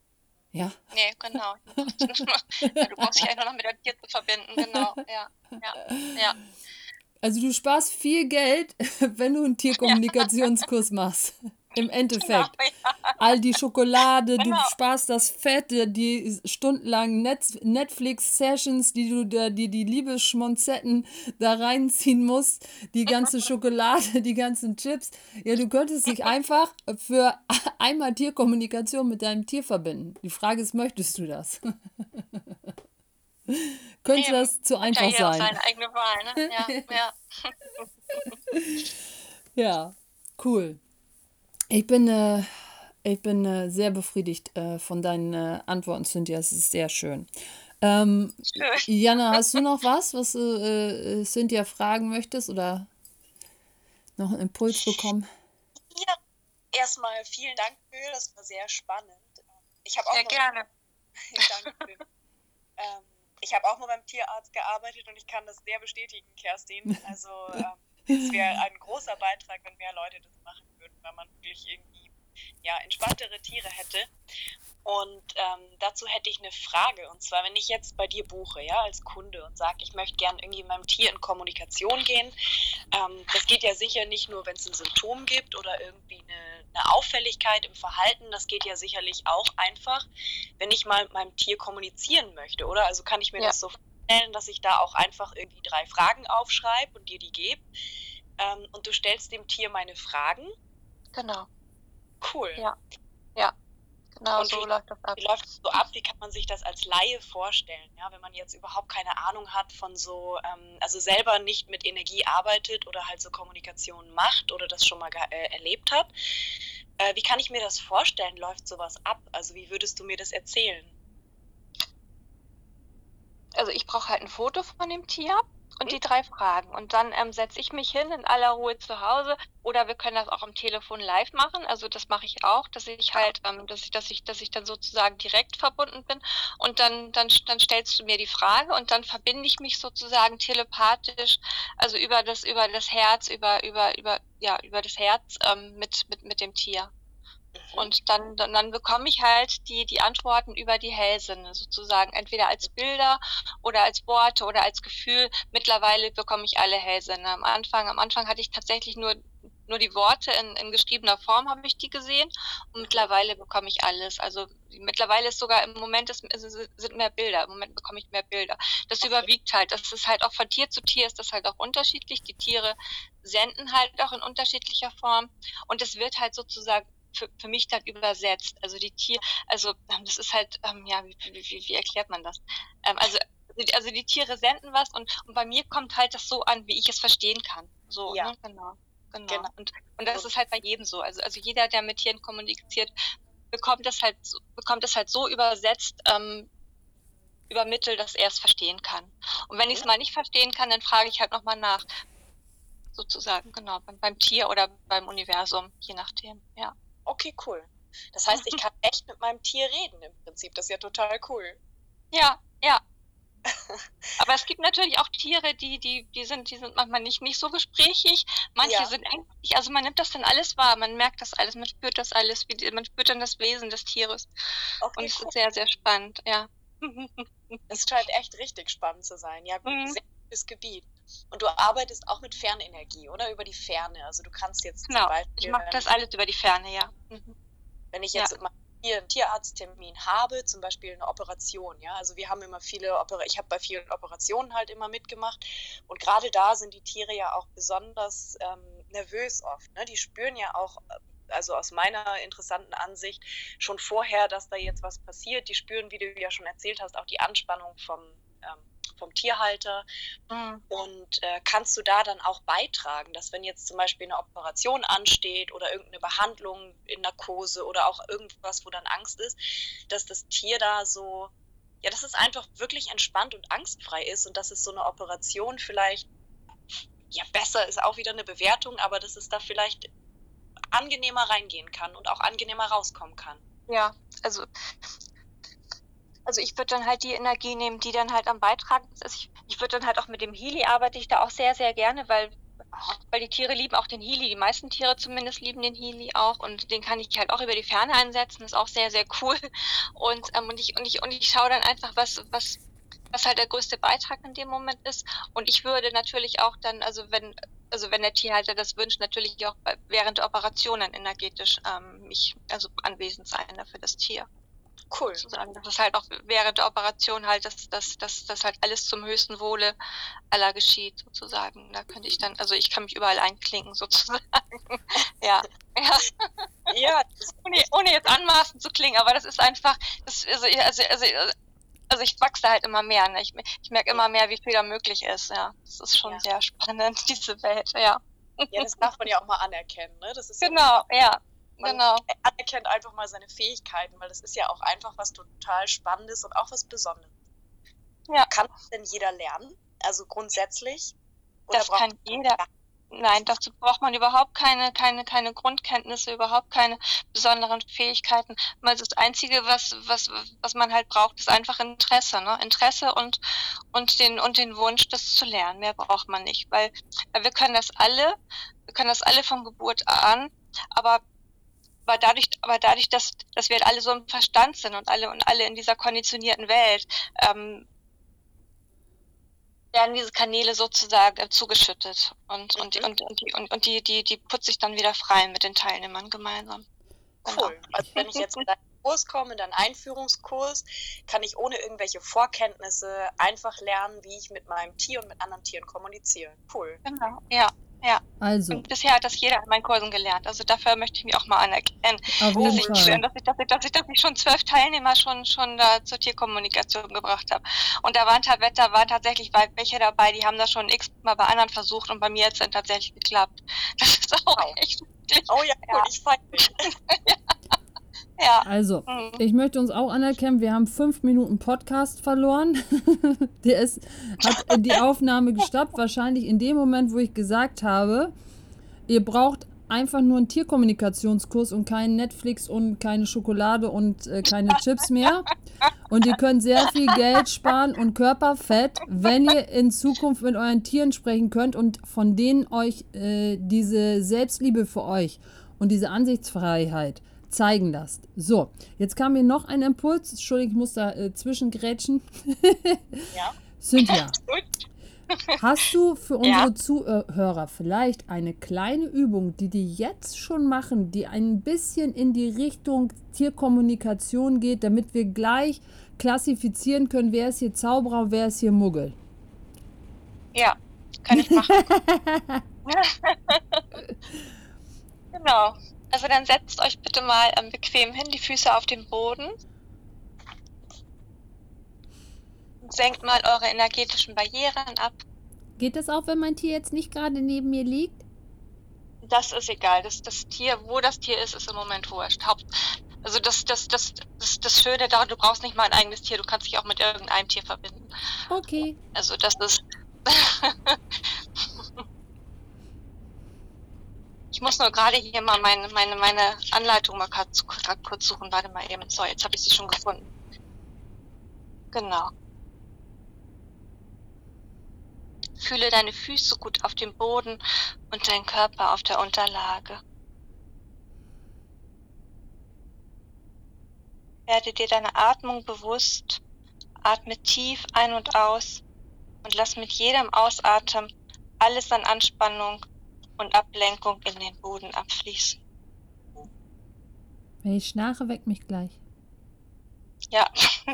Ja. Nee, genau. Ja, du brauchst dich eigentlich nur noch mit dem Tier zu verbinden, genau. Ja, ja, ja. Also du sparst viel Geld, wenn du einen Tierkommunikationskurs machst. Im Genau, Endeffekt. ja, All die Schokolade, du genau. sparst das Fett, die stundenlangen Netflix-Sessions, die liebe Schmonzetten da reinziehen musst, die ganze Schokolade, die ganzen Chips. Ja, du könntest dich einfach für einmal Tierkommunikation mit deinem Tier verbinden. Die Frage ist, möchtest du das? Könnte Eben. das zu Hat ja einfach jeder auch sein? seine eigene Wahl, ne? Ja, ja. Ja, cool. Ich bin sehr befriedigt von deinen Antworten, Cynthia. Es ist sehr schön. Schön. Jana, hast du noch was du Cynthia fragen möchtest oder noch einen Impuls bekommen? Ja, erstmal vielen Dank für, das war sehr spannend. Ich habe auch Sehr gerne. Dankeschön. Ich habe auch mal beim Tierarzt gearbeitet und ich kann das sehr bestätigen, Kerstin. Also es wäre ein großer Beitrag, wenn mehr Leute das machen würden, weil man wirklich irgendwie entspanntere Tiere hätte. Und dazu hätte ich eine Frage. Und zwar, wenn ich jetzt bei dir buche, ja, als Kunde und sage, ich möchte gern irgendwie mit meinem Tier in Kommunikation gehen, das geht ja sicher nicht nur, wenn es ein Symptom gibt oder irgendwie eine Auffälligkeit im Verhalten. Das geht ja sicherlich auch einfach, wenn ich mal mit meinem Tier kommunizieren möchte, oder? Also kann ich mir das so vorstellen, dass ich da auch einfach irgendwie 3 Fragen aufschreibe und dir die gebe. Und du stellst dem Tier meine Fragen. Genau. Cool. Ja. Ja. Genau, Und so läuft das ab. Wie läuft es so ab? Wie kann man sich das als Laie vorstellen? Ja, wenn man jetzt überhaupt keine Ahnung hat von so, also selber nicht mit Energie arbeitet oder halt so Kommunikation macht oder das schon mal erlebt hat. Wie kann ich mir das vorstellen? Läuft sowas ab? Also wie würdest du mir das erzählen? Also ich brauche halt ein Foto von dem Tier und die 3 Fragen. Und dann setze ich mich hin in aller Ruhe zu Hause oder wir können das auch am Telefon live machen. Also das mache ich auch, dass ich halt, dass ich dann sozusagen direkt verbunden bin. Und dann stellst du mir die Frage und dann verbinde ich mich sozusagen telepathisch, also über das Herz, über das Herz mit dem Tier. Und dann bekomme ich halt die Antworten über die Hellsinne sozusagen, entweder als Bilder oder als Worte oder als Gefühl. Mittlerweile bekomme ich alle Hellsinne. Am Anfang hatte ich tatsächlich nur die Worte in geschriebener Form habe ich die gesehen und mittlerweile bekomme ich alles. Also mittlerweile ist sogar im Moment sind mehr Bilder. Im Moment bekomme ich mehr Bilder. Das überwiegt halt. Das ist halt auch von Tier zu Tier ist das halt auch unterschiedlich. Die Tiere senden halt auch in unterschiedlicher Form und es wird halt sozusagen für mich dann übersetzt. Also das ist halt, wie erklärt man das? Also die Tiere senden was und bei mir kommt halt das so an, wie ich es verstehen kann. So, Ja. ne? Genau. Und das ist halt bei jedem so. Also jeder, der mit Tieren kommuniziert, bekommt das halt so übersetzt, übermittelt, dass er es verstehen kann. Und wenn ich es mal nicht verstehen kann, dann frage ich halt nochmal nach. Sozusagen, genau, beim Tier oder beim Universum, je nachdem, ja. Okay, cool. Das heißt, ich kann echt mit meinem Tier reden im Prinzip. Das ist ja total cool. Ja. Aber es gibt natürlich auch Tiere, die sind manchmal nicht so gesprächig. Manche sind ängstlich. Also man nimmt das dann alles wahr, man merkt das alles, man spürt das alles, man spürt dann das Wesen des Tieres. Okay, und es ist sehr, sehr spannend, ja. Es scheint echt richtig spannend zu sein. Ja, gut, sehr gutes Gebiet. Und du arbeitest auch mit Fernenergie, oder? Über die Ferne. Also du kannst jetzt zum Beispiel... Ich mache das alles über die Ferne, ja. Wenn ich jetzt hier einen Tierarzttermin habe, zum Beispiel eine Operation, ja, also wir haben immer ich habe bei vielen Operationen halt immer mitgemacht und gerade da sind die Tiere ja auch besonders nervös oft, ne? Die spüren ja auch, also aus meiner interessanten Ansicht, schon vorher, dass da jetzt was passiert. Die spüren, wie du ja schon erzählt hast, auch die Anspannung vom Tierhalter. Und kannst du da dann auch beitragen, dass wenn jetzt zum Beispiel eine Operation ansteht oder irgendeine Behandlung in Narkose oder auch irgendwas, wo dann Angst ist, dass das Tier da so, ja, dass es einfach wirklich entspannt und angstfrei ist und dass es so eine Operation vielleicht, ja, besser ist auch wieder eine Bewertung, aber dass es da vielleicht angenehmer reingehen kann und auch angenehmer rauskommen kann. Ja, also ich würde dann halt die Energie nehmen, die dann halt am Beitragen ist. Ich würde dann halt auch mit dem Healy arbeite ich da auch sehr, sehr gerne, weil weil die Tiere lieben auch den Heli. Die meisten Tiere zumindest lieben den Heli auch und den kann ich halt auch über die Ferne einsetzen. Das ist auch sehr, sehr cool. Und ich schaue dann einfach, was halt der größte Beitrag in dem Moment ist. Und ich würde natürlich auch dann, wenn der Tierhalter das wünscht, natürlich auch während der Operationen energetisch anwesend sein für das Tier. Cool. Sozusagen. Das ist halt auch während der Operation halt, dass halt alles zum höchsten Wohle aller geschieht, sozusagen. Da könnte ich dann, also ich kann mich überall einklinken, sozusagen. Ja. Ja, ohne jetzt anmaßend zu klingen, aber das ist einfach, ich wachse halt immer mehr. Ne? Ich merke immer mehr, wie viel da möglich ist. Ja, das ist schon sehr spannend, diese Welt. Ja. Ja, das darf man ja auch mal anerkennen. Ne? Das ist genau, ja. Man genau. anerkennt einfach mal seine Fähigkeiten, weil das ist ja auch einfach was total Spannendes und auch was Besonderes. Ja. Kann das denn jeder lernen? Also grundsätzlich? Oder das kann jeder. Nein, dazu braucht man überhaupt keine Grundkenntnisse, überhaupt keine besonderen Fähigkeiten. Weil das Einzige, was man halt braucht, ist einfach Interesse, ne? Interesse und den Wunsch, das zu lernen. Mehr braucht man nicht, weil wir können das alle von Geburt an, aber dadurch, dass wir halt alle so im Verstand sind und alle in dieser konditionierten Welt, werden diese Kanäle sozusagen zugeschüttet und die putze ich dann wieder frei mit den Teilnehmern gemeinsam. Cool. Also wenn ich jetzt in deinen Kurs komme, in deinen Einführungskurs, kann ich ohne irgendwelche Vorkenntnisse einfach lernen, wie ich mit meinem Tier und mit anderen Tieren kommuniziere. Cool. Genau, ja. Also, und bisher hat das jeder in meinen Kursen gelernt. Also dafür möchte ich mich auch mal anerkennen, auf jeden Fall. dass ich schon 12 Teilnehmer schon da zur Tierkommunikation gebracht habe. Und da waren tatsächlich welche dabei, die haben das schon x-mal bei anderen versucht und bei mir hat es dann tatsächlich geklappt. Das ist auch echt wirklich. Oh ja, cool, ich freue mich. Ja. Also, ich möchte uns auch anerkennen, wir haben 5 Minuten Podcast verloren. Hat die Aufnahme gestoppt, wahrscheinlich in dem Moment, wo ich gesagt habe, ihr braucht einfach nur einen Tierkommunikationskurs und keinen Netflix und keine Schokolade und keine Chips mehr. Und ihr könnt sehr viel Geld sparen und Körperfett, wenn ihr in Zukunft mit euren Tieren sprechen könnt und von denen euch diese Selbstliebe für euch und diese Ansichtsfreiheit zeigen lasst. So, jetzt kam mir noch ein Impuls. Entschuldigung, ich muss da zwischengrätschen. Ja. Cynthia, hast du für unsere Zuhörer vielleicht eine kleine Übung, die die jetzt schon machen, die ein bisschen in die Richtung Tierkommunikation geht, damit wir gleich klassifizieren können, wer ist hier Zauberer und wer ist hier Muggel? Ja, kann ich machen. Genau. Also dann setzt euch bitte mal bequem hin, die Füße auf den Boden. Und senkt mal eure energetischen Barrieren ab. Geht das auch, wenn mein Tier jetzt nicht gerade neben mir liegt? Das ist egal. Das Tier, wo das Tier ist im Moment wurscht. Also das Schöne daran, du brauchst nicht mal ein eigenes Tier, du kannst dich auch mit irgendeinem Tier verbinden. Okay. Also das ist... Ich muss nur gerade hier mal meine Anleitung mal kurz suchen. Warte mal eben. So, jetzt habe ich sie schon gefunden. Genau. Fühle deine Füße gut auf dem Boden und deinen Körper auf der Unterlage. Werde dir deine Atmung bewusst. Atme tief ein und aus und lass mit jedem Ausatmen alles an Anspannung und Ablenkung in den Boden abfließen. Wenn ich schnarche, weckt mich gleich. Ja.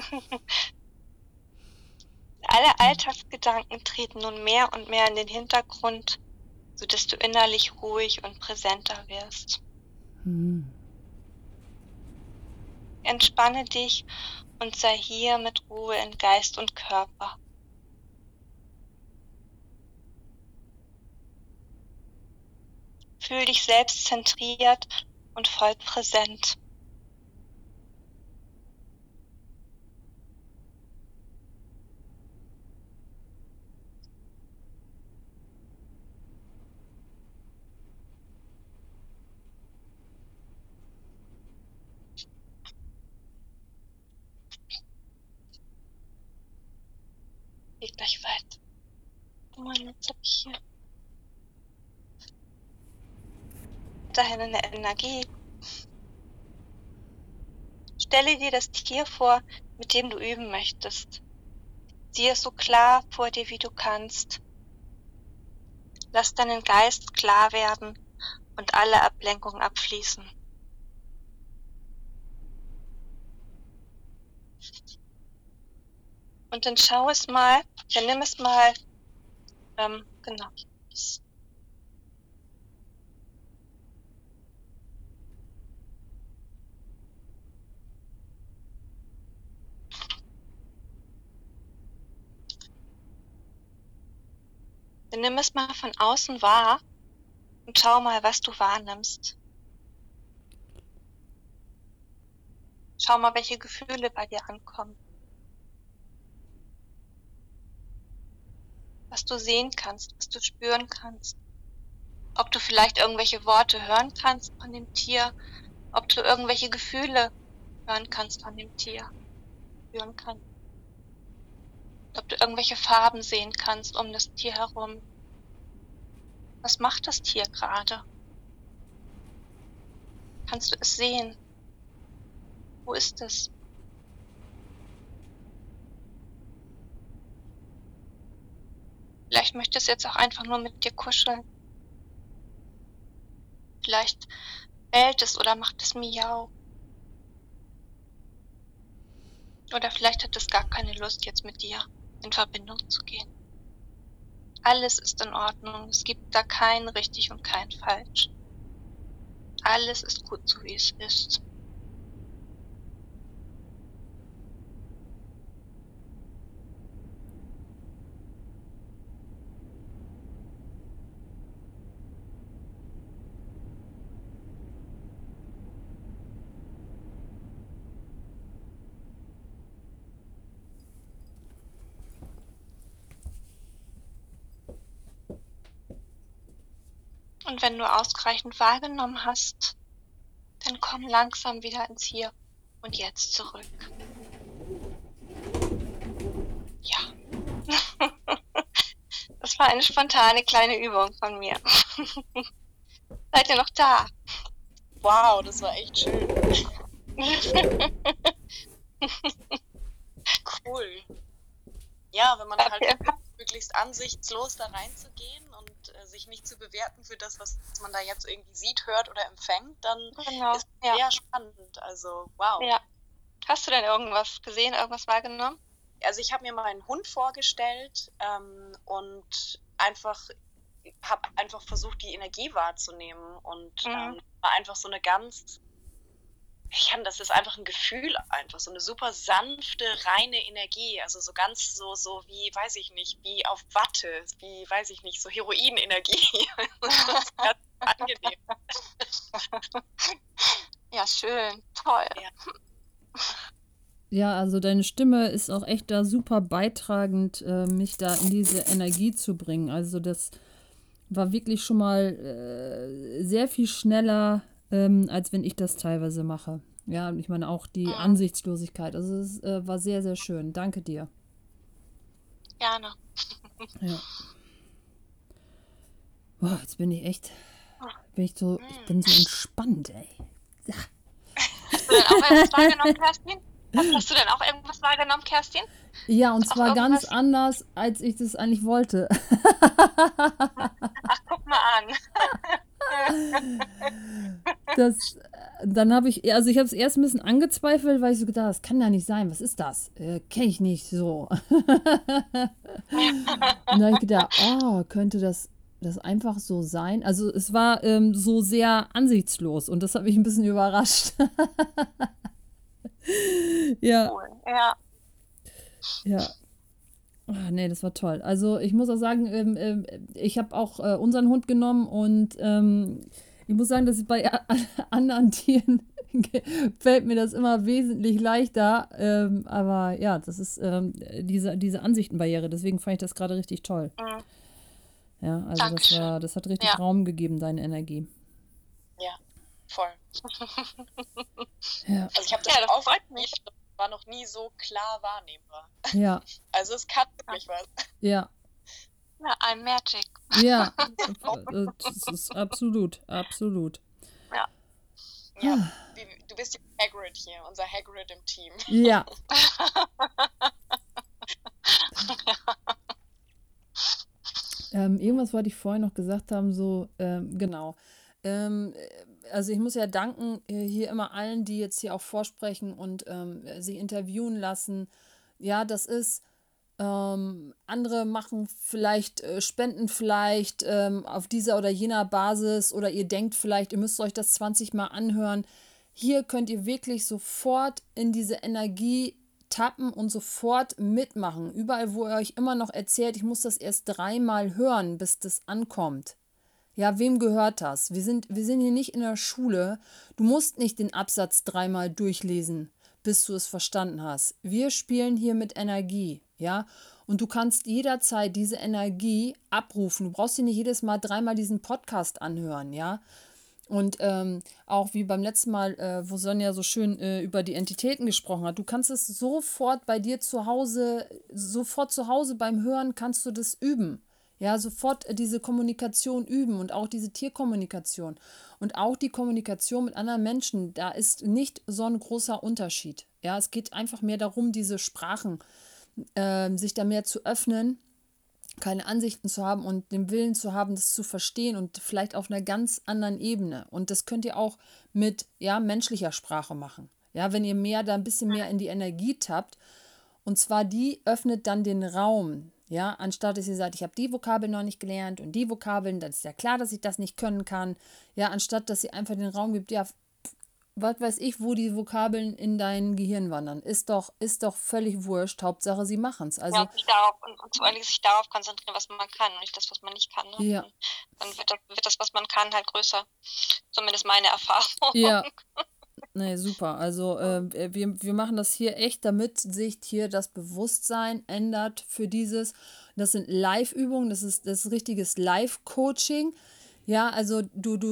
Alle Alltagsgedanken treten nun mehr und mehr in den Hintergrund, sodass du innerlich ruhig und präsenter wirst. Entspanne dich und sei hier mit Ruhe in Geist und Körper. Fühl dich selbst zentriert und voll präsent. Geht gleich weit. Oh Mann, jetzt habe ich hier weiterhin in der Energie. Stelle dir das Tier vor, mit dem du üben möchtest. Sieh es so klar vor dir, wie du kannst. Lass deinen Geist klar werden und alle Ablenkungen abfließen. Und dann schau es mal, dann nimm es mal, genau. Dann nimm es mal von außen wahr und schau mal, was du wahrnimmst. Schau mal, welche Gefühle bei dir ankommen. Was du sehen kannst, was du spüren kannst. Ob du vielleicht irgendwelche Worte hören kannst von dem Tier, ob du irgendwelche Gefühle hören kannst von dem Tier, spüren kannst. Ob du irgendwelche Farben sehen kannst um das Tier herum. Was macht das Tier gerade? Kannst du es sehen? Wo ist es? Vielleicht möchte es jetzt auch einfach nur mit dir kuscheln. Vielleicht bellt es oder macht es Miau. Oder vielleicht hat es gar keine Lust, jetzt mit dir in Verbindung zu gehen. Alles ist in Ordnung. Es gibt da kein richtig und kein falsch. Alles ist gut, so wie es ist. Und wenn du ausreichend wahrgenommen hast, dann komm langsam wieder ins Hier und Jetzt zurück. Ja. Das war eine spontane kleine Übung von mir. Seid ihr noch da? Wow, das war echt schön. Cool. Ja, wenn man halt möglichst ansichtslos da reinzugehen und sich nicht zu bewerten für das, was man da jetzt irgendwie sieht, hört oder empfängt, dann ist es sehr spannend. Also, wow. Ja. Hast du denn irgendwas gesehen, irgendwas wahrgenommen? Also ich habe mir mal einen Hund vorgestellt und habe einfach versucht, die Energie wahrzunehmen und war einfach so eine ganz, das ist einfach ein Gefühl, einfach so eine super sanfte, reine Energie, also so ganz so wie, weiß ich nicht, wie auf Watte, wie, weiß ich nicht, so Heroinenergie. Das ist ganz angenehm. Ja, schön, toll. Ja. Ja, also deine Stimme ist auch echt da super beitragend, mich da in diese Energie zu bringen. Also das war wirklich schon mal sehr viel schneller, als wenn ich das teilweise mache. Ja, ich meine auch die Ansichtslosigkeit. Also es war sehr, sehr schön. Danke dir. Gerne. Ja. Boah, jetzt bin ich echt, ich bin so entspannt, ey. Ja. Hast du denn auch irgendwas wahrgenommen, Kerstin? Hast du denn auch irgendwas wahrgenommen, Kerstin? Ja, und zwar ganz anders, als ich das eigentlich wollte. Ach, guck mal an. Dann habe ich es erst ein bisschen angezweifelt, weil ich so gedacht habe, das kann ja nicht sein, was ist das? Kenne ich nicht so. Und dann habe ich gedacht, könnte das einfach so sein? Also es war so sehr ansichtslos und das hat mich ein bisschen überrascht. Ja. Cool. Ja. Ja. Nee, das war toll. Also ich muss auch sagen, ich habe auch unseren Hund genommen und ich muss sagen, dass bei anderen Tieren fällt mir das immer wesentlich leichter. Aber ja, das ist diese Ansichtenbarriere. Deswegen fand ich das gerade richtig toll. Mhm. Ja, also das hat richtig Raum gegeben, deine Energie. Ja, voll. Ja. Also ich habe das auch nicht, war noch nie so klar wahrnehmbar. Ja. Also es kann wirklich was. Ja. Ja, I'm magic. Ja, das ist absolut, absolut. Ja. Ja, du bist die Hagrid hier, unser Hagrid im Team. Ja. Irgendwas wollte ich vorhin noch gesagt haben, so, genau. Ähm, also ich muss ja danken hier immer allen, die jetzt hier auch vorsprechen und sich interviewen lassen. Ja, das ist, andere machen vielleicht, spenden vielleicht auf dieser oder jener Basis oder ihr denkt vielleicht, ihr müsst euch das 20 Mal anhören. Hier könnt ihr wirklich sofort in diese Energie tappen und sofort mitmachen. Überall, wo ihr euch immer noch erzählt, ich muss das erst 3-mal hören, bis das ankommt. Ja, wem gehört das? Wir sind hier nicht in der Schule. Du musst nicht den Absatz 3-mal durchlesen, bis du es verstanden hast. Wir spielen hier mit Energie, ja? Und du kannst jederzeit diese Energie abrufen. Du brauchst dir nicht jedes Mal 3-mal diesen Podcast anhören, ja? Und auch wie beim letzten Mal, wo Sonja so schön über die Entitäten gesprochen hat, du kannst es sofort bei dir zu Hause, sofort zu Hause beim Hören kannst du das üben. Ja, sofort diese Kommunikation üben und auch diese Tierkommunikation und auch die Kommunikation mit anderen Menschen, da ist nicht so ein großer Unterschied. Ja, es geht einfach mehr darum, diese Sprachen, sich da mehr zu öffnen, keine Ansichten zu haben und den Willen zu haben, das zu verstehen und vielleicht auf einer ganz anderen Ebene. Und das könnt ihr auch mit ja, menschlicher Sprache machen. Ja, wenn ihr mehr da ein bisschen mehr in die Energie tappt. Und zwar die öffnet dann den Raum. Ja, anstatt dass ihr sagt, ich habe die Vokabeln noch nicht gelernt und die Vokabeln, dann ist ja klar, dass ich das nicht können kann. Ja, anstatt dass ihr einfach den Raum gibt, ja, was weiß ich, wo die Vokabeln in dein Gehirn wandern. Ist doch völlig wurscht. Hauptsache, sie machen es. Also, Ja, sich darauf, und vor allen Dingen sich darauf konzentrieren, was man kann und nicht das, was man nicht kann. Ne? ja. Dann wird das, was man kann, halt größer. Zumindest meine Erfahrung. Ja, nee, super. Also wir machen das hier echt, damit sich hier das Bewusstsein ändert für dieses. Das sind Live-Übungen, das ist richtiges Live-Coaching. Ja, also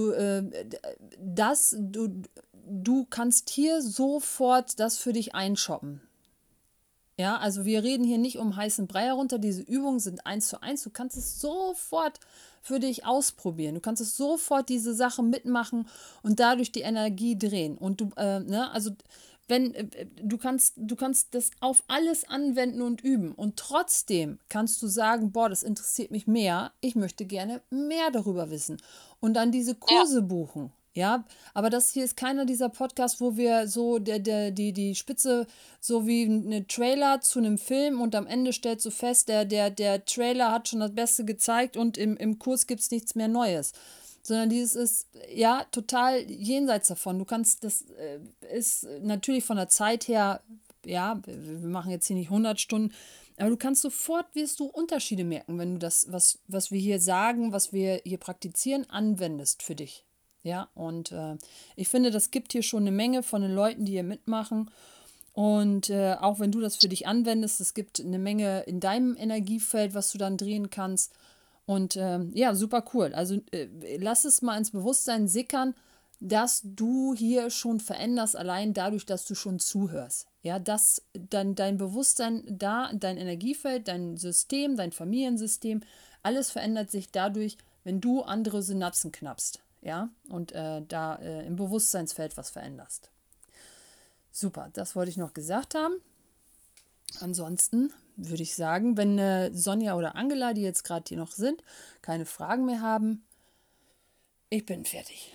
du kannst hier sofort das für dich einshoppen. Ja, also wir reden hier nicht um heißen Brei herunter. Diese Übungen sind 1:1. Du kannst es sofort für dich ausprobieren. Du kannst es sofort diese Sache mitmachen und dadurch die Energie drehen. Und du, ne, also wenn du kannst das auf alles anwenden und üben. Und trotzdem kannst du sagen, boah, das interessiert mich mehr. Ich möchte gerne mehr darüber wissen. Und dann diese Ja, Kurse buchen. Ja, aber das hier ist keiner dieser Podcasts, wo wir so die Spitze, so wie eine Trailer zu einem Film und am Ende stellst du fest, der Trailer hat schon das Beste gezeigt und im Kurs gibt es nichts mehr Neues. Sondern dieses ist ja total jenseits davon. Du kannst, das ist natürlich von der Zeit her, ja, wir machen jetzt hier nicht 100 Stunden, aber du kannst sofort, wirst du Unterschiede merken, wenn du das, was wir hier sagen, was wir hier praktizieren, anwendest für dich. Ja, und ich finde, das gibt hier schon eine Menge von den Leuten, die hier mitmachen. Und auch wenn du das für dich anwendest, es gibt eine Menge in deinem Energiefeld, was du dann drehen kannst. Und ja, super cool. Also lass es mal ins Bewusstsein sickern, dass du hier schon veränderst, allein dadurch, dass du schon zuhörst. Ja, dass dein Bewusstsein da, dein Energiefeld, dein System, dein Familiensystem, alles verändert sich dadurch, wenn du andere Synapsen knappst. Ja, und da im Bewusstseinsfeld was veränderst. Super, das wollte ich noch gesagt haben. Ansonsten würde ich sagen, wenn Sonja oder Angela, die jetzt gerade hier noch sind, keine Fragen mehr haben, ich bin fertig.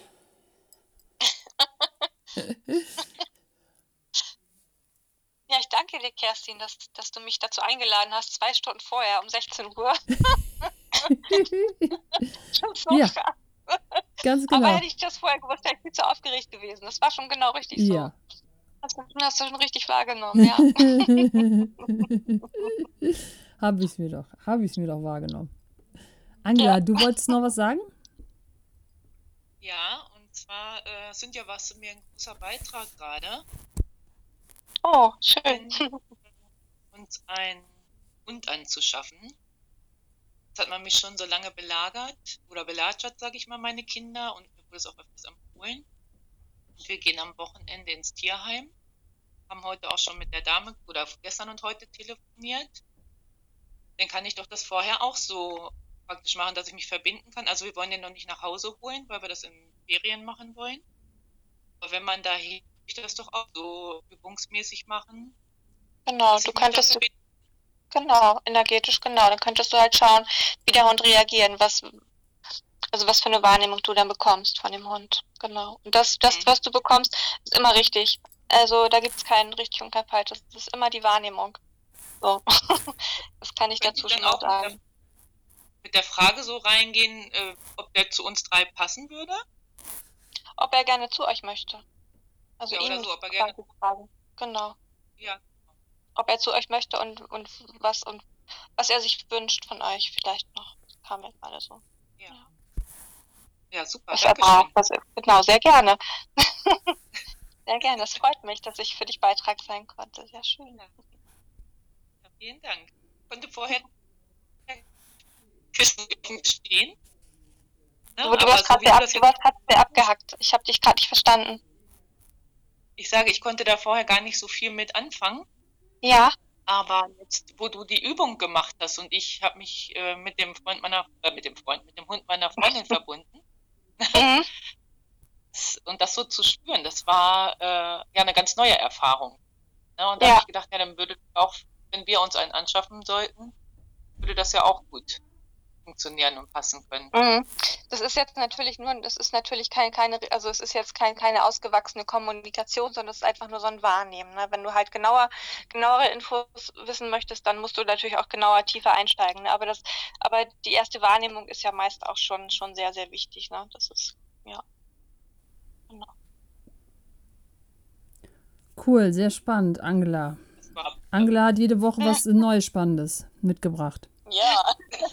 ja, ich danke dir, Kerstin, dass du mich dazu eingeladen hast, 2 Stunden vorher um 16 Uhr. Schon so Ja, krass. ganz Aber genau. hätte ich das vorher gewusst, wäre ich viel zu aufgeregt gewesen. Das war schon genau richtig so. Ja. Hast du schon richtig wahrgenommen, ja. Habe ich es mir doch wahrgenommen. Angela, Ja. du wolltest noch was sagen? Ja, und zwar sind ja was mir ein großer Beitrag gerade, Oh, schön. uns ein Hund anzuschaffen. Das hat man mich schon so lange belagert oder belatschert, sage ich mal, meine Kinder, und mir wurde es auch öfters empfohlen. Und wir gehen am Wochenende ins Tierheim, haben heute auch schon mit der Dame oder gestern und heute telefoniert. Dann kann ich doch das vorher auch so praktisch machen, dass ich mich verbinden kann. Also wir wollen den noch nicht nach Hause holen, weil wir das in Ferien machen wollen. Aber wenn man da hilft, das doch auch so übungsmäßig machen. Genau, dass du ich mich könntest, dafür genau, energetisch, genau, dann könntest du halt schauen, wie der Hund reagiert, also was für eine Wahrnehmung du dann bekommst von dem Hund. Genau. Und das, was du bekommst, ist immer richtig. Also da gibt es kein richtig und kein falsch. Das ist immer die Wahrnehmung. So. Das kann ich Könnte dazu ich schon dann mal auch sagen. mit der Frage so reingehen, ob der zu uns 3 passen würde? Ob er gerne zu euch möchte. Also Ja, oder ihn so, ob er gerne. quasi fragen. Genau. Ja, Ob er zu euch möchte und was er sich wünscht von euch vielleicht noch. Das kam mir gerade so. ja. Ja. Ja, super, Was er danke schön. braucht. Genau, sehr gerne. Sehr gerne. Es freut mich, dass ich für dich Beitrag sein konnte. Sehr schön. Ja, vielen Dank. Ich konnte vorher Küssen stehen. Ne? Du Aber warst so gerade wie du das sehr jetzt, abgehackt. Ich habe dich gerade nicht verstanden. ich sage, ich konnte da vorher gar nicht so viel mit anfangen. Ja. Aber jetzt, wo du die Übung gemacht hast und ich habe mich mit dem Hund meiner Freundin verbunden. Mhm. Und das so zu spüren, das war ja eine ganz neue Erfahrung. Ne? Und da Ja. habe ich gedacht, ja, dann würde auch, wenn wir uns einen anschaffen sollten, würde das ja auch gut funktionieren und passen können. Mhm. Das ist natürlich also es ist jetzt keine ausgewachsene Kommunikation, sondern es ist einfach nur so ein Wahrnehmen. Ne? Wenn du halt genauere Infos wissen möchtest, dann musst du natürlich auch genauer tiefer einsteigen. Ne? Aber die erste Wahrnehmung ist ja meist auch schon sehr, sehr wichtig. Ne? Das ist, ja. Genau. Cool, sehr spannend, Angela. Das war Angela hat jede Woche was Neues Spannendes mitgebracht. Ja,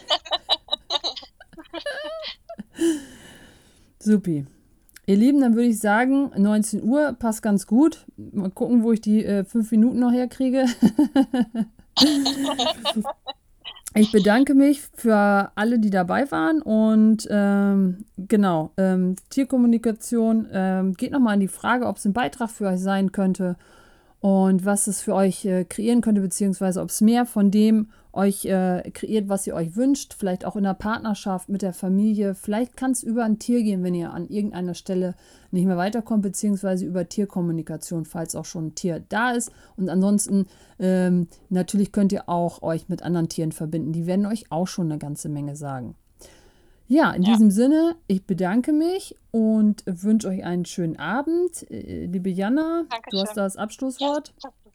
Supi. Ihr Lieben, dann würde ich sagen, 19 Uhr passt ganz gut. Mal gucken, wo ich die 5 Minuten noch herkriege. Ich bedanke mich für alle, die dabei waren und genau, Tierkommunikation, geht nochmal an die Frage, ob es ein Beitrag für euch sein könnte und was es für euch kreieren könnte, beziehungsweise ob es mehr von dem euch kreiert, was ihr euch wünscht, vielleicht auch in der Partnerschaft mit der Familie. Vielleicht kann es über ein Tier gehen, wenn ihr an irgendeiner Stelle nicht mehr weiterkommt, beziehungsweise über Tierkommunikation, falls auch schon ein Tier da ist. Und ansonsten natürlich könnt ihr auch euch mit anderen Tieren verbinden. Die werden euch auch schon eine ganze Menge sagen. Ja, in diesem Sinne, ich bedanke mich und wünsche euch einen schönen Abend. Liebe Jana, Dankeschön. du hast das Abschlusswort.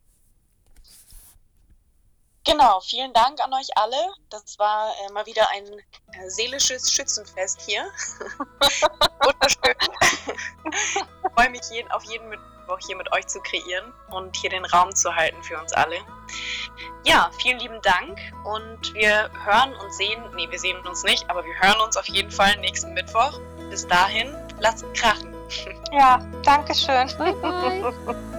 genau. Vielen Dank an euch alle. Das war mal wieder ein seelisches Schützenfest hier. Wunderschön. Ich freue mich auf jeden Mittwoch hier mit euch zu kreieren und hier den Raum zu halten für uns alle. Ja, vielen lieben Dank und wir hören und sehen, wir sehen uns nicht, aber wir hören uns auf jeden Fall nächsten Mittwoch. Bis dahin, lasst krachen. Ja, danke schön. Bye, bye.